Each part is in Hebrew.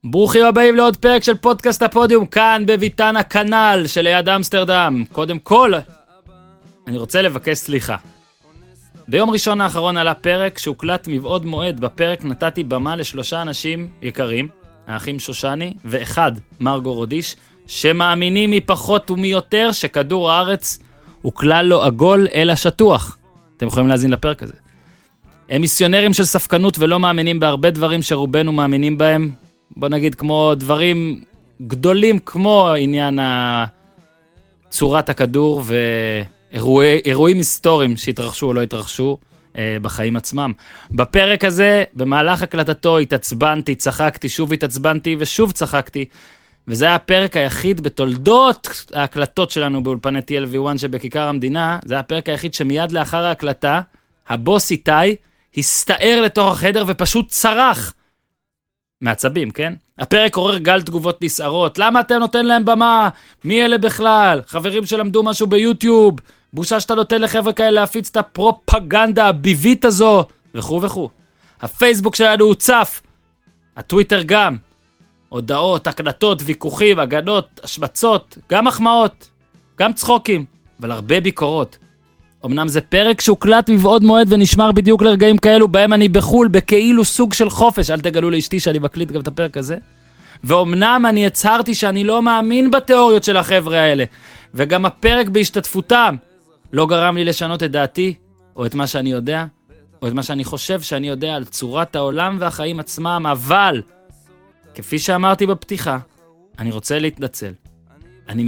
ברוכים הבאים לעוד פרק של פודקאסט הפודיום, כאן בביתן הקנל שליד אמסטרדם. קודם כל, אני רוצה לבקש סליחה. ביום ראשון האחרון עלה פרק שהוקלט מבעוד מועד. בפרק נתתי במה לשלושה אנשים יקרים, האחים שושני ואחד, מרגו רודיש, שמאמינים מפחות ומיותר שכדור הארץ הוא כלל לא עגול אלא שטוח. אתם יכולים להזין לפרק הזה. הם מיסיונרים של ספקנות ולא מאמינים בהרבה דברים שרובנו מאמינים בהם. בוא נגיד כמו דברים גדולים כמו עניין צורת הכדור ואירועים היסטוריים שהתרחשו או לא התרחשו בחיים עצמם. בפרק הזה, במהלך הקלטתו, התעצבנתי, צחקתי, שוב התעצבנתי ושוב צחקתי, וזה היה הפרק היחיד בתולדות ההקלטות שלנו באולפני TLV1 שבכיכר המדינה. זה היה הפרק היחיד שמיד לאחר ההקלטה, הבוס איתי הסתער לתוך החדר ופשוט צרח. מעצבים, כן? הפרק עורר גל תגובות נסערות. למה אתה נותן להם במה? מי אלה בכלל? חברים שלמדו משהו ביוטיוב? בושה שאתה נותן לחבר'ה כאלה להפיץ את הפרופגנדה הביבית הזו, וכו' וכו'. הפייסבוק שלנו הוצף, הטוויטר גם. הודעות, הקלטות, ויכוחים, הגנות, השמצות, גם מחמאות, גם צחוקים, אבל הרבה ביקורות. אמנם זה פרק שהוקלט מבעוד מועד ונשמר בדיוק לרגעים כאלו בהם אני בחול בכאילו סוג של חופש. אל תגלו לאשתי שאני מקליט גם את הפרק הזה. ואומנם אני הצהרתי שאני לא מאמין בתיאוריות של החבר'ה האלה, וגם הפרק בהשתתפותם לא גרם לי לשנות את דעתי או את מה שאני יודע או את מה שאני חושב שאני יודע על צורת העולם והחיים עצמם. אבל כפי שאמרתי בפתיחה, אני רוצה להתנצל. אני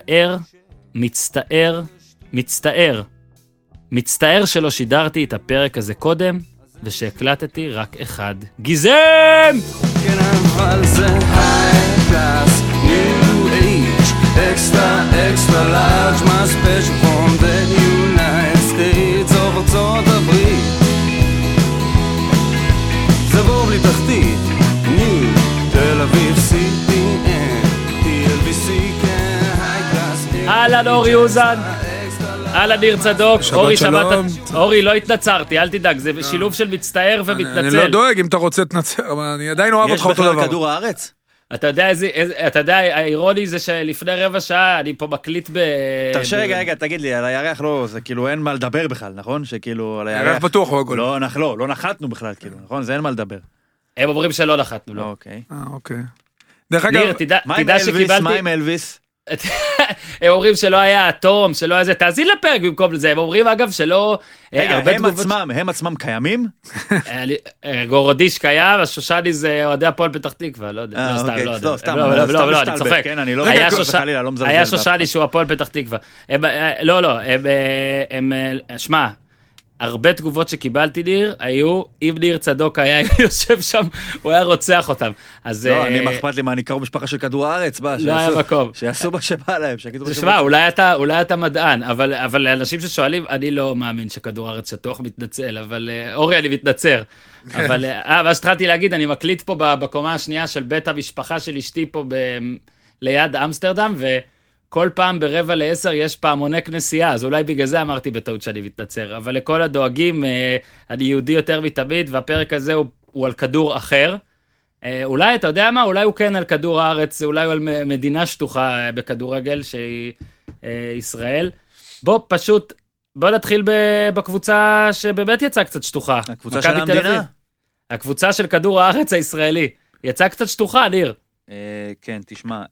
מצטער שלא שידרתי את הפרק הזה קודם, ושהקלטתי רק אחד. גיזם! כן, אבל זה high class, new age, extra large, my special from the United States of ארצות הברית. זה בור בלי תחתית, new, תל אביב, CPN, TLVC, כן, high class, אהלן אורי אוזן. אהלן ניר צדוק. אורי, שמעת? אורי, לא התנצרתי, אל תדאג, זה שילוב של מצטער ומתנצל. אני לא דואג אם אתה רוצה תנצר, אבל אני עדיין אוהב אותך אותו דבר. יש בכלל כדור הארץ? אתה יודע, האירוני זה שלפני רבע שעה אני פה מקליט תרשה רגע, תגיד לי, על הירח לא, זה כאילו אין מה לדבר בכלל, נכון? שכאילו על הירח... הירח בטוח הוא עגול. לא נחתנו בכלל, כאילו, נכון? זה אין מה לדבר. הם אומרים שלא נחתנו, לא. אוקיי. דרך אגב... ניר, תדע שקיבלתי... מה עם אלוויס? הם אומרים שלא היה אטום, שלא היה זה, תאזין לפרק במקום לזה. הם אומרים אגב שלא... רגע, הם עצמם קיימים? גורודיש קיים, השושני זה אוהדי הפועל פתח תקווה, לא יודע, סתם, אני צוחק. היה שושני שהוא הפועל פתח תקווה. שמע, הרבה תגובות שקיבלתי ניר, היו, אם ניר צדוק היה יושב שם, הוא היה רוצח אותם. לא, אני מאכפת לי מה, אני קרוב משפחה של כדור הארץ, לא היה מקום. שיעשו מה שבא להם, תשמע, אולי אתה מדען, אבל לאנשים ששואלים, אני לא מאמין שכדור הארץ שטוח, מתנצל, אבל אורי, אני מתנצר. אבל, ואז התחלתי להגיד, אני מקליט פה בקומה השנייה של בית המשפחה של אשתי פה ליד אמסטרדם, כל פעם 9:45 יש פעמוני כנסייה, אז אולי בגלל זה אמרתי בטעות שאני מתנצר, אבל לכל הדואגים, אני יהודי יותר מתמיד, והפרק הזה הוא על כדור אחר. אולי, אתה יודע מה? אולי הוא כן על כדור הארץ, אולי הוא על מדינה שטוחה בכדורגל, שהיא ישראל. בוא נתחיל בקבוצה שבאמת יצאה קצת שטוחה. הקבוצה של המדינה? הקבוצה של כדור הארץ הישראלי. יצאה קצת שטוחה, ניר. כן, תשמע...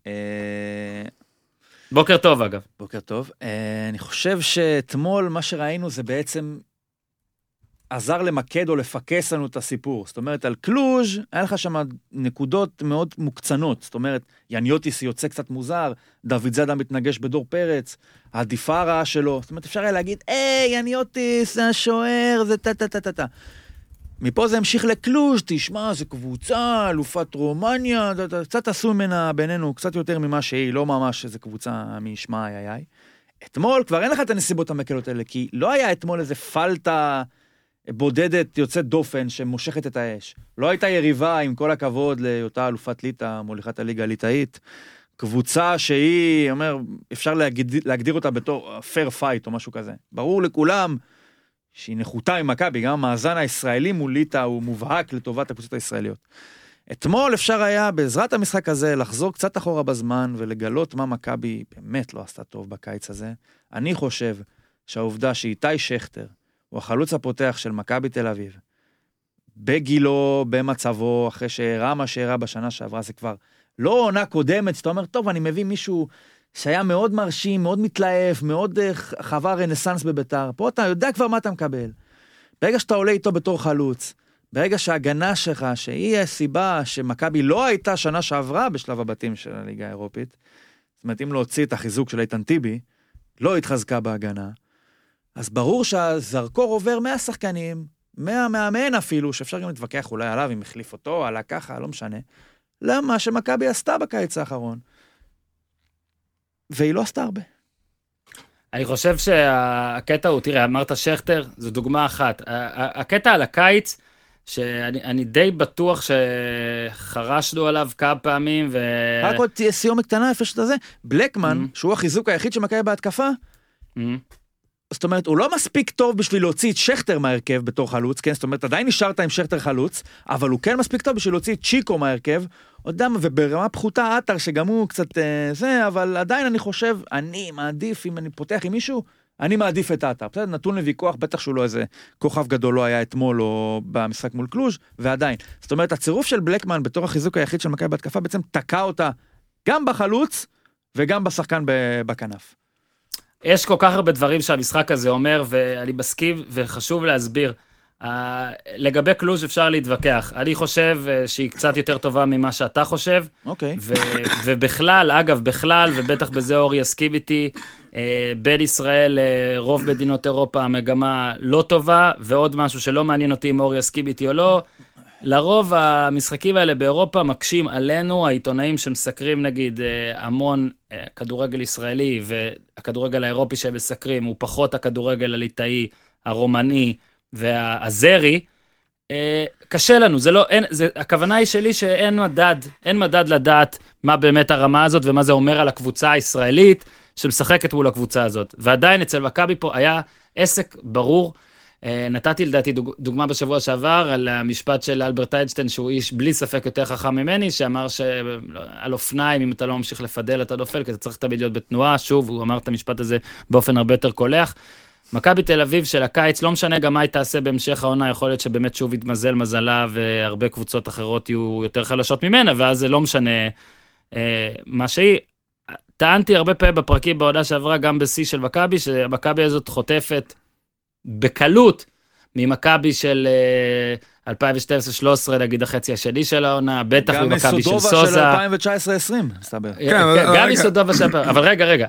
בוקר טוב אגב. בוקר טוב. אני חושב שאתמול מה שראינו זה בעצם עזר למקד או לפקס לנו את הסיפור. זאת אומרת, על קלוז' היה לך שם נקודות מאוד מוקצנות. זאת אומרת, יניוטיס יוצא קצת מוזר, דוד זאדה מתנגש בדור פרץ, העדיפה הרעה שלו. זאת אומרת, אפשר היה להגיד, יניוטיס, זה השוער, זה טה. מפה זה המשיך לקלוז', תשמע, זה קבוצה, אלופת רומניה, קצת עשו ממנה בינינו, קצת יותר ממה שהיא, לא ממש איזה קבוצה משמע, איי. אתמול כבר אין לך את הנסיבות המקלות האלה, כי לא היה אתמול איזה פלטה בודדת יוצאת דופן שמושכת את האש. לא הייתה יריבה, עם כל הכבוד, לאותה אלופת ליטה, מוליכת הליגה הליטאית, קבוצה שהיא, אומר, אפשר להגדיר אותה בתור פייר פייט או משהו כזה. ברור לכולם, שהיא נחותה ממכבי, גם המאזן הישראלי מול ליטא הוא מובהק לטובת הקבוצות הישראליות. אתמול אפשר היה בעזרת המשחק הזה לחזור קצת אחורה בזמן ולגלות מה מכבי באמת לא עשתה טוב בקיץ הזה. אני חושב שהעובדה שאיתי שכטר הוא החלוץ הפותח של מכבי תל אביב, בגילו, במצבו, אחרי שהראה מה שהראה בשנה שעברה, זה כבר לא עונה קודמת, שאתה אומר, טוב, אני מביא מישהו שהיה מאוד מרשים, מאוד מתלהב, מאוד חווה רנסנס בביתר. פה אתה יודע כבר מה אתה מקבל. ברגע שאתה עולה איתו בתור חלוץ, ברגע שההגנה שלך, שהיא הסיבה שמכבי לא הייתה שנה שעברה בשלב הבתים של הליגה האירופית, זאת אומרת, אם להוציא את החיזוק של איתן טיבי, לא התחזקה בהגנה, אז ברור שהזרקור עובר מהשחקנים, מהמאמן אפילו, שאפשר גם להתווכח אולי עליו, אם החליף אותו, עלה ככה, לא משנה. למה שמכבי עשתה בקיץ האחרון? והיא לא עשתה הרבה. אני חושב שהקטע הוא, תראה, אמרת שכטר, זו דוגמה אחת. הקטע על הקיץ, שאני די בטוח שחרשנו עליו כמה פעמים, רק עוד סיום קטנה, איפה שאתה זה, בלקמן, שהוא החיזוק היחיד שמכבי בהתקפה, זאת אומרת, הוא לא מספיק טוב בשביל להוציא את שכטר מהרכב בתור חלוץ, כן? זאת אומרת, עדיין נשארת עם שכטר חלוץ, אבל הוא כן מספיק טוב בשביל להוציא את צ'יקו מהרכב, עוד דם, וברמה פחותה עטר, שגם הוא קצת זה, אבל עדיין אני חושב, אני מעדיף, אם אני פותח עם מישהו, אני מעדיף את עטר. בסדר, נתון לוויכוח, בטח שהוא לא איזה כוכב גדול לא היה אתמול או במשחק מול קלוז', ועדיין. זאת אומרת, הצירוף של בלקמן בתור החיזוק היחיד של מכבי בהתקפה, בעצם תקע אותה גם בחלוץ וגם בשחקן בכנף. יש כל כך הרבה דברים שהמשחק הזה אומר, ואני מסכים וחשוב להסביר. לגבי קלוז' אפשר להתווכח. אני חושב שהיא קצת יותר טובה ממה שאתה חושב. אוקיי. ובכלל, אגב, בכלל, ובטח בזה אורי יסכים איתי, בין ישראל, רוב מדינות אירופה, המגמה לא טובה, ועוד משהו שלא מעניין אותי אם אורי יסכים איתי או לא, לרוב המשחקים האלה באירופה מקשים עלינו, העיתונאים שמסקרים נגיד המון כדורגל ישראלי, והכדורגל האירופי שהם מסקרים הוא פחות הכדורגל הליטאי, הרומני והזרי, קשה לנו, הכוונה היא שלי שאין מדד לדעת מה באמת הרמה הזאת ומה זה אומר על הקבוצה הישראלית שמשחקת מול הקבוצה הזאת, ועדיין אצל מכבי פה היה עסק ברור. נתתי לדעתי דוגמה בשבוע שעבר על המשפט של אלברט איינשטיין, שהוא איש בלי ספק יותר חכם ממני, שאמר שעל אופניים, אם אתה לא ממשיך לפדל, אתה נופל, כי אתה צריך תמיד להיות בתנועה. שוב, הוא אמר את המשפט הזה באופן הרבה יותר קולח. מכבי תל אביב של הקיץ, לא משנה גם מה היא תעשה בהמשך העונה, יכול להיות שבאמת שוב יתמזל מזלה, והרבה קבוצות אחרות יהיו יותר חלשות ממנה, ואז זה לא משנה מה שהיא. טענתי הרבה פעמים בפרקים בעונה שעברה, גם בשיא של מכבי, שהמכבי הזאת חוטפת בקלות ממכבי של 2012-2013, נגיד החצי השני של העונה, בטח ממכבי של סוזה. גם מסודובה של 2019-2020, מסתבר. גם מסודובה של... אבל רגע.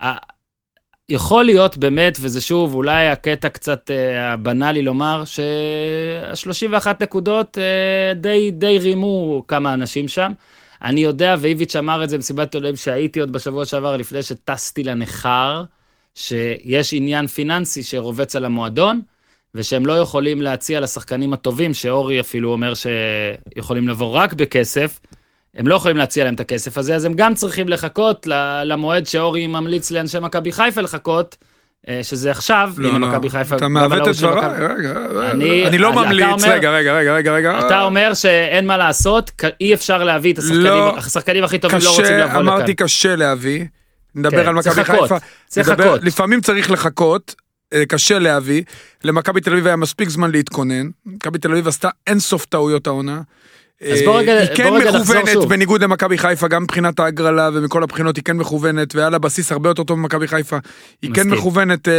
יכול להיות באמת, וזה שוב, אולי הקטע קצת בנאלי לומר, שה-31 נקודות די רימו כמה אנשים שם. אני יודע, ואיביץ' אמר את זה במסיבת עיתונאים שהייתי עוד בשבוע שעבר, לפני שטסתי לנחר, שיש עניין פיננסי שרובץ על המועדון, ושהם לא יכולים להציע לשחקנים הטובים, שאורי אפילו אומר שיכולים לבוא רק בכסף, הם לא יכולים להציע להם את הכסף הזה, אז הם גם צריכים לחכות למועד שאורי ממליץ לאנשי מכבי חיפה לחכות, שזה עכשיו, אם מכבי חיפה... אתה מעוות את דברה, רגע, אני לא ממליץ, רגע. אתה אומר שאין מה לעשות, אי אפשר להביא את השחקנים הכי טובים, לא רוצים לבוא לכאן. אמרתי קשה להביא, נדבר על מכבי חיפה, לפעמים צריך לחכות, קשה להביא, למכבי תל אביב היה מספיק זמן להתכונן, מכבי תל אביב עשתה אינסוף טעויות העונה, היא כן מכוונת בניגוד למכבי חיפה, גם מבחינת ההגרלה ומכל הבחינות היא כן מכוונת, ועל הבסיס הרבה יותר טוב ממכבי חיפה, היא כן מכוונת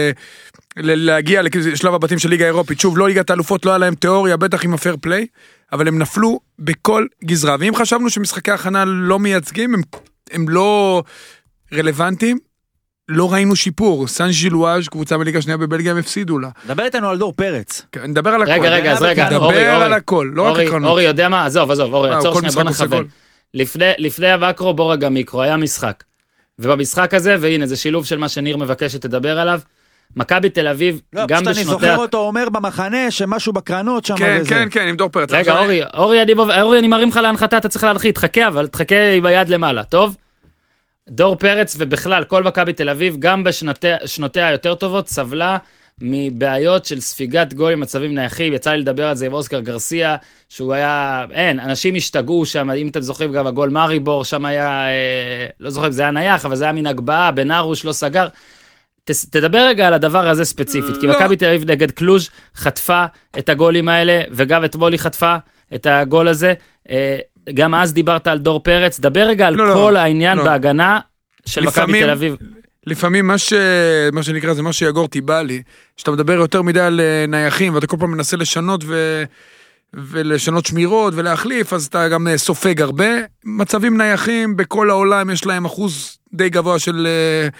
להגיע לשלב הבתים של ליגה האירופית, שוב לא ליגת האלופות, לא היה להם תיאוריה, בטח עם הפייר פליי, אבל הם נפלו בכל גזרה, ואם חשבנו שמשחקי ההכנה לא מייצגים, הם לא רלוונטיים, לא ראינו שיפור. סן ז'ילואז' קבוצה בליגה שנייה בבלגיה הם הפסידו לה. דבר איתנו על דור פרץ. נדבר על הכל. רגע, נדבר על הכל, לא רק הקרנות. אורי יודע מה? עזוב, אורי, עצור שנייה, בוא נכוון. לפני המקרו, בוא רגע מיקרו, היה משחק. ובמשחק הזה, והנה, זה שילוב של מה שניר מבקש שתדבר עליו, מכבי תל אביב, גם בשנותיה... אני זוכר אותו אומר במחנה שמשהו בקרנות שם וזה. כן, עם דור פרץ. רגע, אורי, אני מרים לך להנחתה, אתה צריך להנחית, תחכה, אבל תחכה עם היד למעלה, טוב? דור פרץ ובכלל, כל מכבי תל אביב, גם בשנותיה היותר טובות, סבלה מבעיות של ספיגת גולים, מצבים נייחים, יצא לי לדבר על זה עם אוסקר גרסיה, שהוא היה, אנשים השתגעו שם, אם אתם זוכרים גם הגול מריבור, שם היה, לא זוכרים, זה היה נייח, אבל זה היה מן הגבהה, בנרוש לא סגר, תדבר רגע על הדבר הזה ספציפית, כי מכבי תל אביב נגד קלוז' חטפה את הגולים האלה, וגם אתמול היא חטפה את הגול הזה, גם אז דיברת על דור פרץ, דבר רגע על כל העניין בהגנה של מכבי תל אביב. לפעמים מה שנקרא זה מה שיגור טיבה לי, שאתה מדבר יותר מדי על נייחים, ואתה כל פעם מנסה לשנות ולשנות שמירות ולהחליף, אז אתה גם סופג הרבה. מצבים נייחים בכל העולם יש להם אחוז די גבוה של...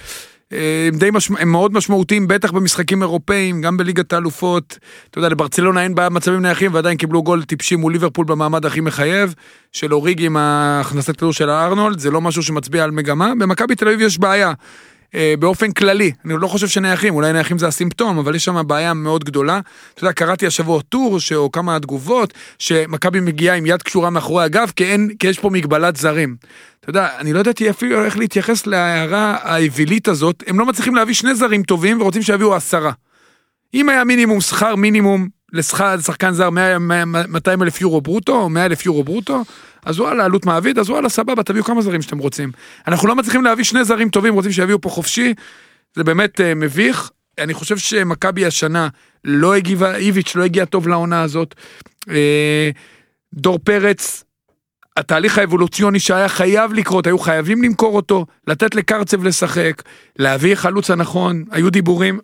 הם מאוד משמעותיים, בטח במשחקים אירופאים, גם בליגת האלופות. אתה יודע, לברצלונה אין בעיה מצבים נייחים, ועדיין קיבלו גול טיפשי מול ליברפול במעמד הכי מחייב, של אוריגי עם הכנסת כדור של הארנולד, זה לא משהו שמצביע על מגמה. במכבי תל אביב יש בעיה, באופן כללי, אני לא חושב שנייחים, אולי נייחים זה הסימפטום, אבל יש שם בעיה מאוד גדולה. אתה יודע, קראתי השבוע טור, או כמה תגובות, שמכבי מגיעה עם יד קשורה מאחורי הגב, כי יש פה מגבלת זרים. אתה יודע, אני לא יודעתי אפילו איך להתייחס להערה האווילית הזאת, הם לא מצליחים להביא 2 זרים טובים, ורוצים שיביאו 10. אם היה מינימום שכר מינימום, לשחקן זר 200,000 יורו ברוטו, או 100,000 יורו ברוטו, אז וואלה, עלות מעביד, אז וואלה, סבבה, תביאו כמה זרים שאתם רוצים. אנחנו לא מצליחים להביא 2 זרים טובים, רוצים שיביאו פה חופשי, זה באמת מביך. אני חושב שמכבי השנה לא הגיבה, איביץ' לא הגיע טוב לעונה הזאת. דור פרץ, התהליך האבולוציוני שהיה חייב לקרות, היו חייבים למכור אותו, לתת לקרצב לשחק, להביא חלוץ הנכון, היו דיבורים...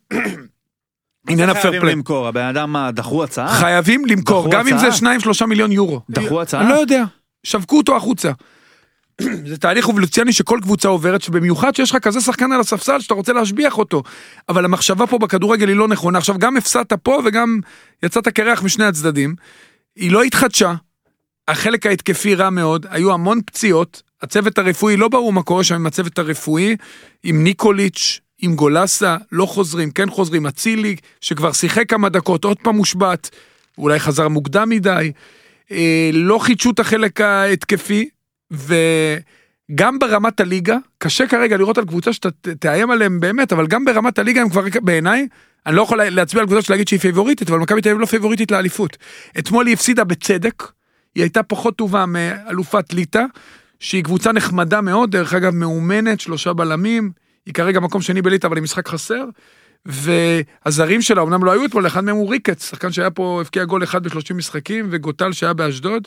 חייבים למכור, הבן אדם דחו הצעה? חייבים למכור, גם אם זה 2-3 מיליון יורו. דחו הצעה? אני לא יודע, שווקו אותו החוצה. זה תהליך אבולוציוני שכל קבוצה עוברת, שבמיוחד שיש לך כזה שחקן על הספסל, שאתה רוצה להשביח אותו. אבל המחשבה פה בכדורגל היא לא נכונה. עכשיו גם הפסדת פה וגם יצאת קרח משני הצדדים. היא לא התחדשה, החלק ההתקפי רע מאוד, היו המון פציעות, הצוות הרפואי, לא ברור מה קורה שם עם הצוות הרפואי, עם ניקוליץ', עם גולסה, לא חוזרים, כן חוזרים, הצילי, שכבר שיחק כמה דקות, עוד פעם מושבת, אולי חזר מוקדם מדי, לא חידשו את החלק ההתקפי, וגם ברמת הליגה, קשה כרגע לראות על קבוצה שאתה תאיים עליהם באמת, אבל גם ברמת הליגה הם כבר בעיניי, אני לא יכול להצביע על קבוצה שלהגיד שהיא פייבוריטית, אבל מכבי תל אביב לא פייבוריטית לאליפות. אתמול היא הפסידה בצדק, היא הייתה פחות טובה מאלופת ליטא, שהיא קבוצה נחמדה מאוד, דרך אגב מאומנת, 3 בלמים, היא כרגע מקום שני בליטא, אבל היא משחק חסר, והזרים שלה, אמנם לא היו אתמול, אחד מהם הוא ריקץ, שחקן שהיה פה, הבקיע גול אחד ב30 משחקים, וגוטל שהיה באשדוד,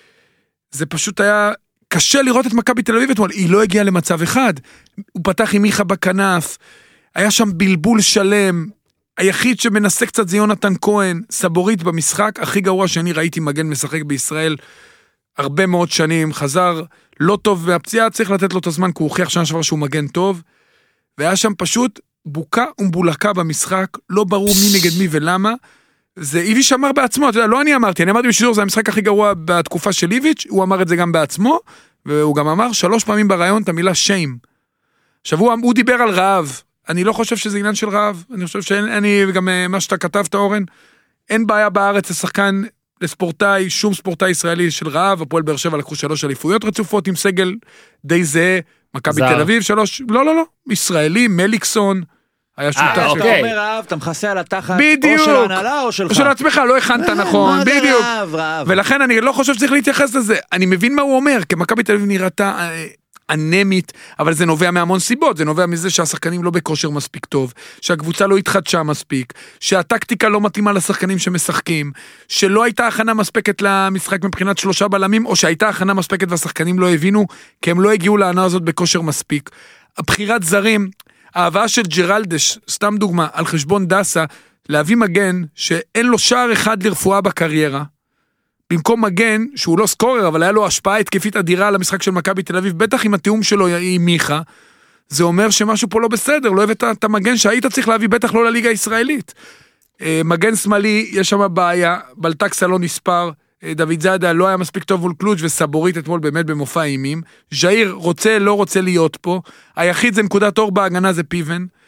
זה פשוט היה קשה לראות את מכבי תל אביב אתמול, היא לא הגיעה למצב אחד, הוא פתח עם מיכה בכנף, היה שם בלבול שלם, היחיד שמנסה קצת זה יונתן כהן, סבורית במשחק, הכי גרוע שאני ראיתי מגן משחק בישראל, הרבה מאוד שנים, חזר לא טוב מהפציעה, צריך לתת לו את הזמן, כי הוא הוכיח שנה שעבר שהוא מגן טוב, והיה שם פשוט בוקה ומבולקה במשחק, לא ברור מי נגד מי ולמה, זה איביץ' אמר בעצמו, אתה יודע, לא אני אמרתי בשידור, זה המשחק הכי גרוע בתקופה של איביץ', הוא אמר את זה גם בעצמו, והוא גם אמר 3 פעמים ברעיון את המילה שיים. עכשיו הוא דיבר על רעב, אני לא חושב שזה עניין של רעב, אני חושב גם מה שאתה כתבת אורן, אין בעיה בארץ לשחקן, לספורטאי, שום ספורטאי ישראלי של רעב, הפועל באר שבע לקחו 3 אליפויות רצופות עם סגל די זהה, מכבי תל אביב 3, לא, ישראלי, מליקסון, היה שותף. אתה אומר רעב, אתה מכסה על התחת, בדיוק, או של ההנהלה או שלך. או של עצמך, לא הכנת נכון, בדיוק. רעב. ולכן אני לא חושב שצריך להתייחס לזה, אני מבין מה הוא אומר, כי מכבי תל אביב נראתה אנמית, אבל זה נובע מהמון סיבות, זה נובע מזה שהשחקנים לא בכושר מספיק טוב, שהקבוצה לא התחדשה מספיק, שהטקטיקה לא מתאימה לשחקנים שמשחקים, שלא הייתה הכנה מספקת למשחק מבחינת 3 בלמים, או שהייתה הכנה מספקת והשחקנים לא הבינו, כי הם לא הגיעו לעונה הזאת בכושר מספיק. הבחירת זרים, ההבאה של ג'רלדש, סתם דוגמה, על חשבון דסה, להביא מגן שאין לו שער אחד לרפואה בקריירה, במקום מגן, שהוא לא סקורר, אבל היה לו השפעה התקפית אדירה על המשחק של מכבי תל אביב, בטח עם התיאום שלו עם מיכה, זה אומר שמשהו פה לא בסדר, לא הבאת את המגן שהיית צריך להביא, בטח לא לליגה הישראלית. מגן שמאלי, יש שם בעיה, בלטקסה לא נספר, דוד זאדה לא היה מספיק טוב מול קלוג' וסבורית אתמול באמת במופע אימים, ז'איר רוצה, לא רוצה להיות פה, היחיד זה נקודת אור בהגנה זה פיבן,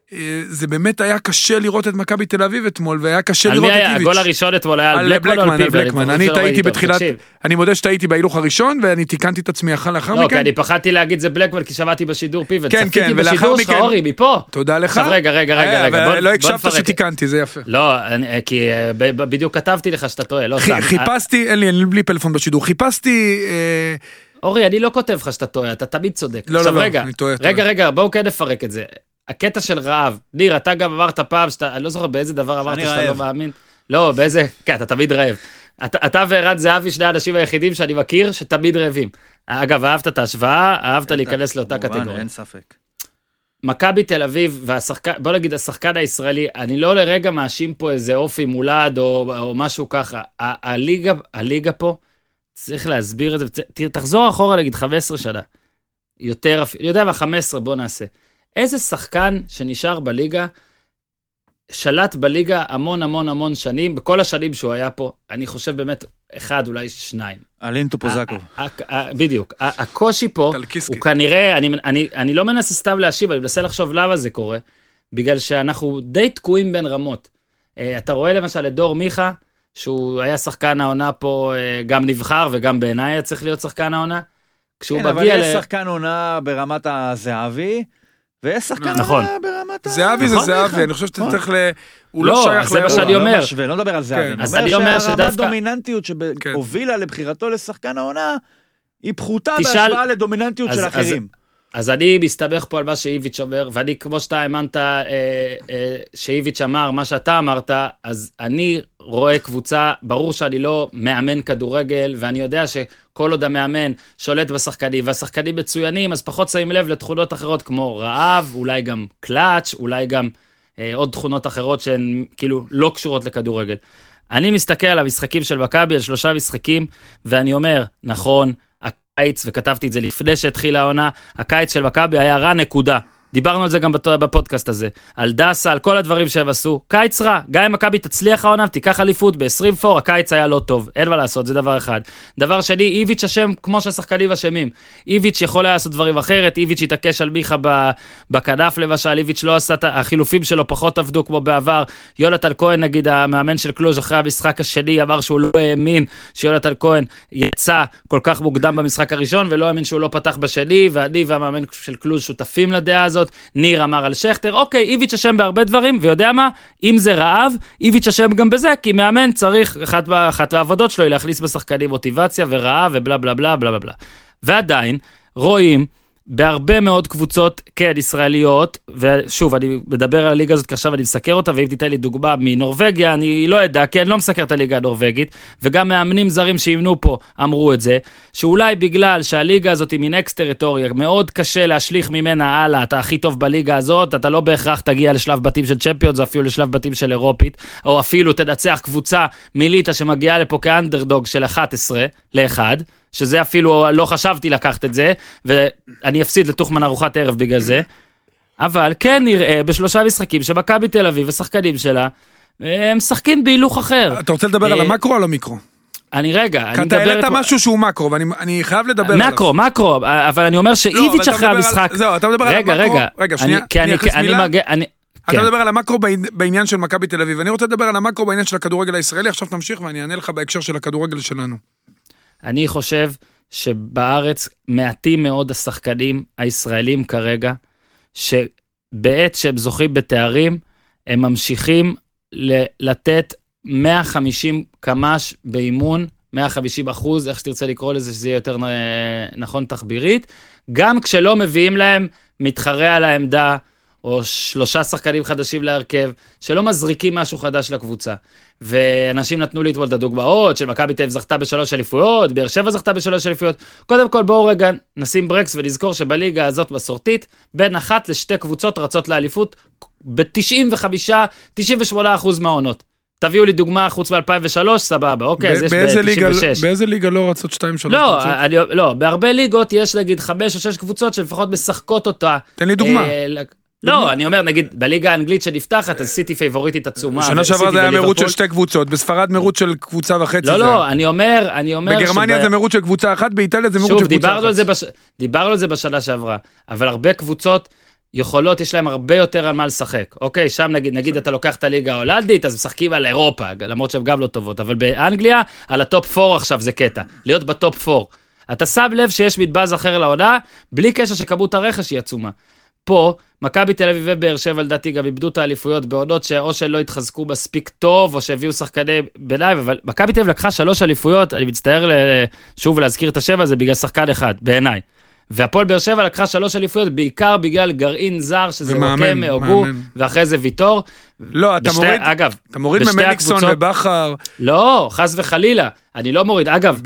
זה באמת היה קשה לראות את מכבי תל אביב אתמול, והיה קשה לראות את איביץ'. הגול הראשון אתמול היה על בלקמן. אני טעיתי בתחילת, אני מודה שטעיתי בהילוך הראשון, ואני תיקנתי את עצמי לאחר מכן. לא, כי אני פחדתי להגיד זה בלקמן, כי שמעתי בשידור פיבן. כן, צפיתי בשידור שלך, אורי, מפה. תודה לך. עכשיו רגע. לא הקשבת שתיקנתי, זה יפה. לא, כי בדיוק כתבתי לך שאתה טועה, לא סתם. חיפשתי, אין לי בלי פלאפון בשידור, חיפשתי... אורי, אני לא כותב לך שאתה טועה, אתה תמיד צודק. לא, אני טועה. רגע, בואו כן נפרק את זה. הקטע של רעב, ניר, אתה גם אמרת פעם, אני לא זוכר באיזה דבר אמרת שאתה לא מאמין. לא, באיזה, כן, אתה תמיד רעב. אתה וערן זהבי, שני האנשים היחידים שאני מכיר, שתמיד רעבים. אגב, אהבת את ההשוואה, אהבת להיכנס לאותה קטגוריה. אין ספק. מכבי תל אביב, בוא נגיד, השחקן הישראלי, אני לא לרגע מאשים פה איזה אופי מולד או משהו ככה. הליגה פה, צריך להסביר את זה, תחזור אחורה להגיד 15 שנה. יותר, יודע מה, 15, בוא נעשה. איזה שחקן שנשאר בליגה, שלט בליגה המון שנים, בכל השנים שהוא היה פה, אני חושב באמת אחד, אולי שניים. אלין טופוזקוב. בדיוק. הקושי פה, הוא כנראה, אני לא מנסה סתם להשיב, אני מנסה לחשוב למה זה קורה, בגלל שאנחנו די תקועים בין רמות. אתה רואה למשל את דור מיכה, שהוא היה שחקן העונה פה, גם נבחר וגם בעיניי היה צריך להיות שחקן העונה. כן, אבל יש שחקן עונה ברמת הזהבי, ויש שחקן עונה ברמת זהבי זה זהבי, אני חושב שאתה צריך הוא לא שייך זה מה שאני אומר. לא מדבר על זהבי, אני אומר שהרמת דומיננטיות שהובילה לבחירתו לשחקן העונה, היא פחותה בהשוואה לדומיננטיות של אחרים. אז אני מסתבך פה על מה שאיביץ' אומר, ואני כמו שאתה האמנת שאיביץ' אמר, מה שאתה אמרת, אז אני רואה קבוצה, ברור שאני לא מאמן כדורגל, ואני יודע שכל עוד המאמן שולט בשחקנים, והשחקנים מצוינים, אז פחות שמים לב לתכונות אחרות כמו רעב, אולי גם קלאץ', אולי גם עוד תכונות אחרות שהן כאילו לא קשורות לכדורגל. אני מסתכל על המשחקים של מכבי, על 3 משחקים, ואני אומר, נכון, הקיץ, וכתבתי את זה לפני שהתחילה העונה, הקיץ של מכבי היה רע נקודה. דיברנו על זה גם בפודקאסט הזה. על דסה, על כל הדברים שהם עשו. קיץ רע, גם אם מכבי תצליח העונה, תיקח אליפות ב-24, הקיץ היה לא טוב. אין מה לעשות, זה דבר אחד. דבר שני, איביץ' אשם כמו שהשחקנים אשמים. איביץ' יכול לעשות דברים אחרת, איביץ' התעקש על מיכה בכנף למשל, איביץ' לא עשה, החילופים שלו פחות עבדו כמו בעבר. יונתן כהן, נגיד, המאמן של קלוז' אחרי המשחק השני, אמר שהוא לא האמין שיונתן כהן יצא כל כך מוקדם במשחק הראשון, ולא האמין שהוא לא פתח בשני, ואני והמאמן של קלוז' שותפים לדעה הזאת. ניר אמר על שכטר, אוקיי, איביץ' אשם בהרבה דברים, ויודע מה? אם זה רעב, איביץ' אשם גם בזה, כי מאמן צריך, אחת מהעבודות שלו היא להכניס בשחקנים מוטיבציה ורעב ובלה בלה בלה בלה בלה. ועדיין, רואים בהרבה מאוד קבוצות, כן, ישראליות, ושוב, אני מדבר על הליגה הזאת עכשיו, אני מסקר אותה, ואם תיתן לי דוגמה מנורווגיה, אני לא יודע, כי אני לא מסקר את הליגה הנורווגית, וגם מאמנים זרים שימנו פה אמרו את זה, שאולי בגלל שהליגה הזאת היא מין אקס-טריטוריה, מאוד קשה להשליך ממנה הלאה, אתה הכי טוב בליגה הזאת, אתה לא בהכרח תגיע לשלב בתים של צ'מפיונס, אפילו לשלב בתים של אירופית, או אפילו תנצח קבוצה מיליטה שמגיעה לפה כאנדרדוג של 11-1, שזה אפילו לא חשבתי לקחת את זה, ואני אפסיד לתוכמן ארוחת ערב בגלל זה, אבל כן נראה ב3 משחקים שמכבי תל אביב ושחקנים שלה, הם משחקים בהילוך אחר. אתה רוצה לדבר על המקרו או על המיקרו? אני רגע, כי אתה העלית משהו שהוא מקרו, ואני חייב לדבר עליו. מקרו, אבל אני אומר שאיביץ' אחרי המשחק... זהו, אתה מדבר על המקרו... רגע, שנייה, אני אכניס מילה. אתה מדבר על המקרו בעניין של מכבי תל אביב, ואני רוצה לדבר על המקרו בעניין של הכדורגל הישראלי, עכשיו תמשיך ואני אענה לך בהקשר של הכדורגל שלנו. אני חושב שבארץ מעטים מאוד השחקנים הישראלים כרגע, שבעת שהם זוכים בתארים, הם ממשיכים לתת 150 קמ"ש באימון, 150%, איך שתרצה לקרוא לזה, שזה יהיה יותר נכון תחבירית, גם כשלא מביאים להם מתחרה על העמדה, או 3 שחקנים חדשים להרכב, שלא מזריקים משהו חדש לקבוצה. ואנשים נתנו לי את הדוגמאות, של מכבי תל אביב זכתה ב3 אליפויות, באר שבע זכתה ב3 אליפויות. קודם כל בואו רגע נשים ברקס ונזכור שבליגה הזאת מסורתית, בין 1 ל2 קבוצות רצות לאליפות, ב-95-98% מהעונות. תביאו לי דוגמה חוץ ב-2003, סבבה, אוקיי, אז יש ב-96. באיזה ליגה לא רצות 2-3 קבוצות? לא, בהרבה ליגות יש נגיד 5 או 6 קבוצות שלפחות משחקות אותה. תן לי דוגמה. לא, אני אומר, נגיד, בליגה האנגלית שנפתחת, אז סיטי פייבוריטית עצומה. שנה שעברה זה היה מרוץ של 2 קבוצות, בספרד מרוץ של קבוצה וחצי. לא, אני אומר... בגרמניה זה מרוץ של קבוצה אחת, באיטליה זה מרוץ של קבוצה אחת. דיברנו על זה בשנה שעברה, אבל הרבה קבוצות יכולות, יש להם הרבה יותר על מה לשחק. אוקיי, שם נגיד אתה לוקח את הליגה ההולנדית, אז משחקים על אירופה, למרות שהן גם לא טובות, אבל באנגליה, על הטופ 4 עכשיו זה קטע, להיות בטופ 4. אתה שם לב שיש מתבז אחר לעונה, בלי קשר שכמות הרכש היא עצומה. פה, מכבי תל אביב ובאר שבע לדעתי גם איבדו את האליפויות בעונות שאו שלא התחזקו מספיק טוב, או שהביאו שחקני ביניים, אבל מכבי תל אביב לקחה 3 אליפויות, אני מצטער שוב להזכיר את השבע, זה בגלל שחקן אחד, בעיניי. והפועל באר שבע לקחה 3 אליפויות, בעיקר בגלל גרעין זר, שזה ווקמה, אוגו, ואחרי זה ויטור. לא, אתה מוריד ממליקסון ובחר. לא, חס וחלילה, אני לא מוריד. אגב,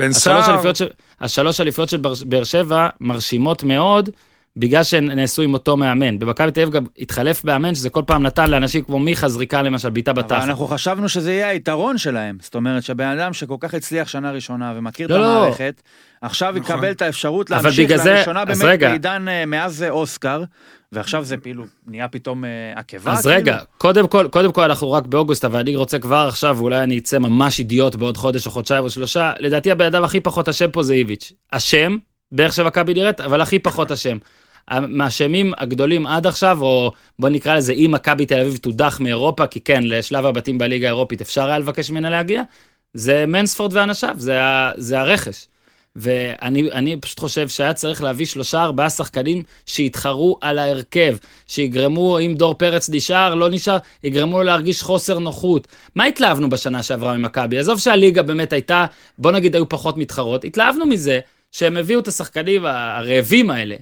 3 אליפויות של באר שבע מרשימות מאוד, בגלל שנעשו עם אותו מאמן. במכבי תל אביב גם התחלף באמן, שזה כל פעם נתן לאנשים כמו מיכה זריקה למשל, ביטה בתחת. אבל אנחנו חשבנו שזה יהיה היתרון שלהם. זאת אומרת, שהבן אדם שכל כך הצליח שנה ראשונה, ומכיר את המערכת, עכשיו יקבל את האפשרות להמשיך לראשונה באמת בעידן מאז אוסקר, ועכשיו זה כאילו נהיה פתאום עקבה. אז רגע, קודם כל אנחנו רק באוגוסט, אבל אני רוצה כבר עכשיו, ואולי אני אצא ממש אידיוט בעוד חודש או חודשיים או 3, לדעתי הבן אדם הכי פחות אשם פה זה איביץ'. אשם, בערך שמכבי נראית, אבל הכי פחות אשם. מהשמים הגדולים עד עכשיו, או בוא נקרא לזה, אם מכבי תל אביב תודח מאירופה, כי כן, לשלב הבתים בליגה האירופית אפשר היה לבקש ממנה להגיע, זה מנספורד ואנשיו, זה הרכש. ואני פשוט חושב שהיה צריך להביא 3-4 שחקנים שיתחרו על ההרכב, שיגרמו, אם דור פרץ נשאר, לא נשאר, יגרמו לו להרגיש חוסר נוחות. מה התלהבנו בשנה שעברה ממכבי? עזוב שהליגה באמת הייתה, בוא נגיד היו פחות מתחרות, התלהבנו מזה שהם הביאו את השחקנים הרעבים האלה.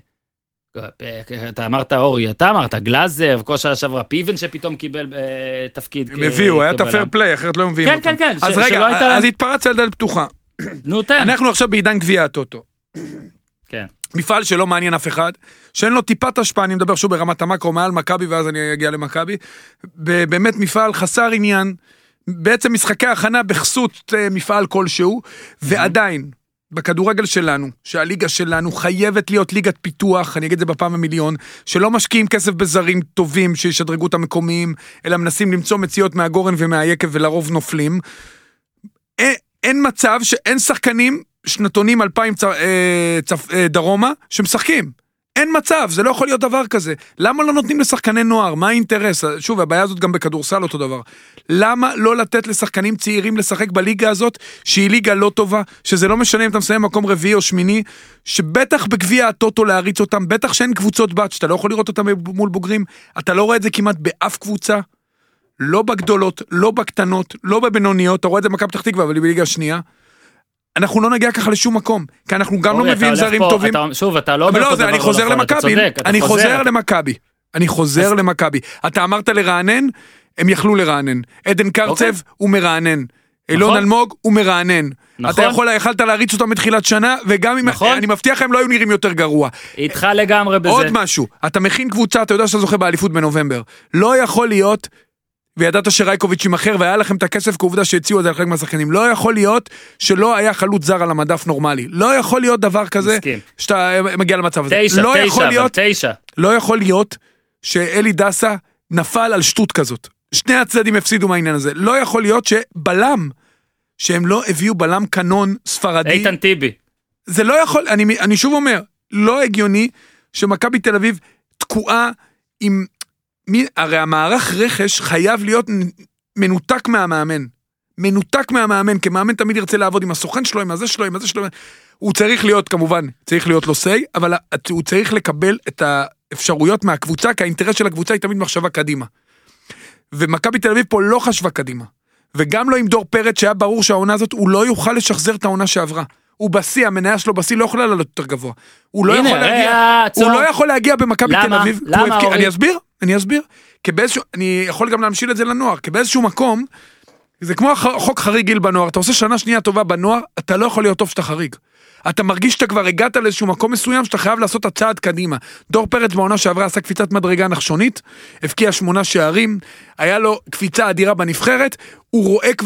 אתה אמרת אורי, אתה אמרת גלאזר, כל שנה שעברה פיבן שפתאום קיבל תפקיד. הם הביאו, היה את הפייר פליי, אחרת לא מביאים אותם. כן. אז רגע, אז התפרץ על דלת פתוחה. נו, תן. אנחנו עכשיו בעידן גביע הטוטו. כן. מפעל שלא מעניין אף אחד, שאין לו טיפת השפעה, אני מדבר שוב ברמת המקרו, מעל מכבי, ואז אני אגיע למכבי. באמת מפעל חסר עניין, בעצם משחקי הכנה בחסות מפעל כלשהו, ועדיין, בכדורגל שלנו, שהליגה שלנו חייבת להיות ליגת פיתוח, אני אגיד את זה בפעם המיליון, שלא משקיעים כסף בזרים טובים שישדרגו את המקומיים, אלא מנסים למצוא מציאות מהגורן ומהיקב ולרוב נופלים. אין מצב שאין שחקנים שנתונים 2000 דרומה שמשחקים. אין מצב, זה לא יכול להיות דבר כזה. למה לא נותנים לשחקני נוער? מה האינטרס? שוב, הבעיה הזאת גם בכדורסל אותו דבר. למה לא לתת לשחקנים צעירים לשחק בליגה הזאת, שהיא ליגה לא טובה, שזה לא משנה אם אתה מסיים מקום רביעי או שמיני, שבטח בגביע הטוטו להריץ אותם, בטח שאין קבוצות בת, שאתה לא יכול לראות אותם מול בוגרים, אתה לא רואה את זה כמעט באף קבוצה, לא בגדולות, לא בקטנות, לא בבינוניות, אתה רואה את זה במכבי פתח תקווה, אבל היא בליגה השנייה. אנחנו לא נגיע ככה לשום מקום, כי אנחנו גם לא מביאים זרים טובים. שוב, אתה לא אומר אני חוזר למכבי, אני חוזר למכבי. אתה אמרת לרענן, הם יכלו לרענן. עדן קרצב הוא מרענן. אילון אלמוג הוא מרענן. אתה יכלת להריץ אותם מתחילת שנה, וגם אם אני מבטיח הם לא היו נראים יותר גרוע. איתך לגמרי בזה. עוד משהו, אתה מכין קבוצה, אתה יודע שאתה זוכה באליפות בנובמבר. לא יכול להיות וידעת שרייקוביץ' ימחר, והיה לכם את הכסף כעובדה שהציעו את זה על חלק מהשחקנים. לא יכול להיות שלא היה חלוץ זר על המדף נורמלי. לא יכול להיות דבר כזה שאתה מגיע למצב הזה. 9. לא יכול להיות שאלי דסה נפל על שטות כזאת. שני הצדדים הפסידו מהעניין הזה. לא יכול להיות שבלם, שהם לא הביאו בלם קנון ספרדי. איתן טיבי. זה לא יכול, אני שוב אומר, לא הגיוני שמכבי תל אביב תקועה עם הרי המערך רכש חייב להיות מנותק מהמאמן, כי מאמן תמיד ירצה לעבוד עם הסוכן שלו, עם הזה שלו, הוא צריך להיות כמובן, צריך להיות לו סי, אבל הוא צריך לקבל את האפשרויות מהקבוצה, כי האינטרס של הקבוצה היא תמיד מחשבה קדימה. ומכבי תל אביב פה לא חשבה קדימה, וגם לא עם דור פרץ שהיה ברור שהעונה הזאת, הוא לא יוכל לשחזר את העונה שעברה. הוא בסי, המניה שלו בסי לא יכולה לעלות יותר גבוה. הוא לא יכול להגיע במכבי תל אביב. אני אסביר. אני יכול גם להמשיל את זה לנוער, כי באיזשהו מקום, זה כמו חוק חריג גיל בנוער, אתה עושה שנה שנייה טובה בנוער, אתה לא יכול להיות טוב שאתה חריג. אתה מרגיש שאתה כבר הגעת לאיזשהו מקום מסוים, שאתה חייב לעשות את הצעד קדימה. דור פרץ בעונה שעברה עשה קפיצת מדרגה נחשונית, הבקיע 8 שערים, היה לו קפיצה אדירה בנבחרת, הוא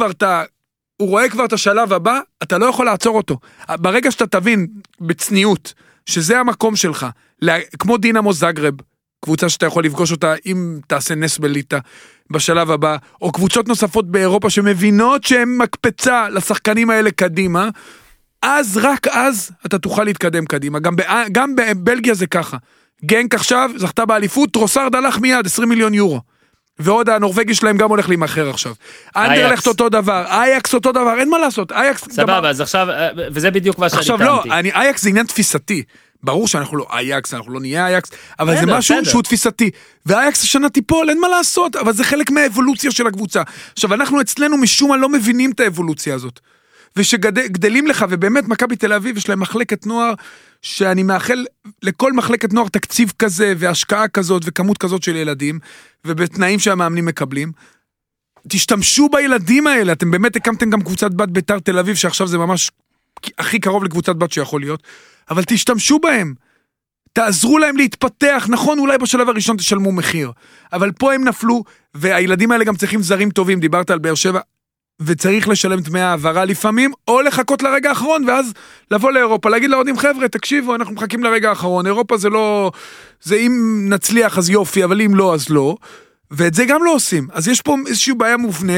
רואה כבר את השלב הבא, אתה לא יכול לעצור אותו. ברגע שאתה תבין בצניעות, שזה המקום שלך, כמו דינמו זאגרב, קבוצה שאתה יכול לפגוש אותה אם תעשה נס בליטה בשלב הבא, או קבוצות נוספות באירופה שמבינות שהן מקפצה לשחקנים האלה קדימה, אז רק אז אתה תוכל להתקדם קדימה. גם בבלגיה זה ככה. גנק עכשיו זכתה באליפות, טרוסארד הלך מיד, 20 מיליון יורו. ועוד הנורווגי שלהם גם הולך להימחר עכשיו. אנדרלכט אותו דבר, אייקס אותו דבר, אין מה לעשות. סבבה, אז עכשיו, וזה בדיוק מה שאני טענתי. עכשיו לא, אייקס זה עניין תפיסתי. ברור שאנחנו לא אייקס, אנחנו לא נהיה אייקס, אבל זה משהו שהוא תפיסתי. ואייקס השנה תיפול, אין מה לעשות, אבל זה חלק מהאבולוציה של הקבוצה. עכשיו, אנחנו אצלנו משום מה לא מבינים את האבולוציה הזאת. ושגדלים לך, ובאמת מכבי תל אביב יש להם מחלקת נוער, שאני מאחל לכל מחלקת נוער תקציב כזה, והשקעה כזאת, וכמות כזאת של ילדים, ובתנאים שהמאמנים מקבלים. תשתמשו בילדים האלה, אתם באמת הקמתם גם קבוצת בת ביתר תל אביב, שעכשיו זה ממש הכי קרוב לקבוצת בת שיכול להיות, אבל תשתמשו בהם. תעזרו להם להתפתח, נכון, אולי בשלב הראשון תשלמו מחיר, אבל פה הם נפלו, והילדים האלה גם צריכים זרים טובים, דיברת על באר שבע, וצריך לשלם דמי העברה לפעמים, או לחכות לרגע האחרון, ואז לבוא לאירופה, להגיד לעודים, חבר'ה, תקשיבו, אנחנו מחכים לרגע האחרון, אירופה זה לא, זה אם נצליח אז יופי, אבל אם לא אז לא, ואת זה גם לא עושים, אז יש פה איזושהי בעיה מובנית,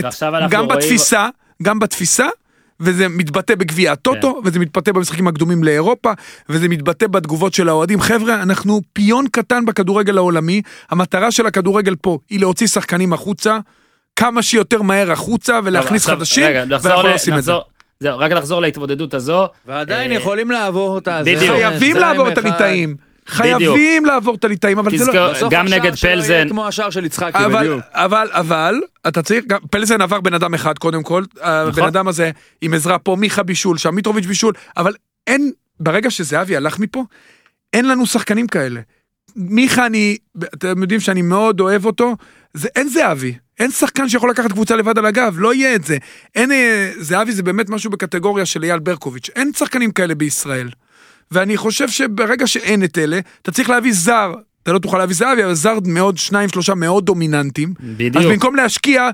גם בתפיסה, וזה מתבטא בגביע הטוטו, וזה מתבטא במשחקים הקדומים לאירופה, וזה מתבטא בתגובות של האוהדים. חבר'ה, אנחנו פיון קטן בכדורגל העולמי, המטרה של הכדורגל פה היא להוציא שחקנים החוצה, כמה שיותר מהר החוצה, ולהכניס חדשים, ואנחנו לא עושים את זה. רק לחזור להתמודדות הזו. ועדיין יכולים לעבור אותה. חייבים לעבור את הליטאים. חייבים לעבור את הליטאים, אבל זה לא... גם נגד פלזן. כמו השער של יצחקי, בדיוק. אבל, אתה צריך, פלזן עבר בן אדם אחד קודם כל, הבן אדם הזה עם עזרה פה, מיכה בישול, שם מיטרוביץ' בישול, אבל אין, ברגע שזהבי הלך מפה, אין לנו שחקנים כאלה. מיכה, אתם יודעים שאני מאוד אוהב אותו, אין זהבי. אין שחקן שיכול לקחת קבוצה לבד על הגב, לא יהיה את זה. זהבי זה באמת משהו בקטגוריה של אייל ברקוביץ'. אין שחקנים כאלה בישראל. ואני חושב שברגע שאין את אלה, אתה צריך להביא זר, אתה לא תוכל להביא זהבי, אבל זר מאוד, 2-3 מאוד דומיננטים. בדיוק. אז במקום להשקיע,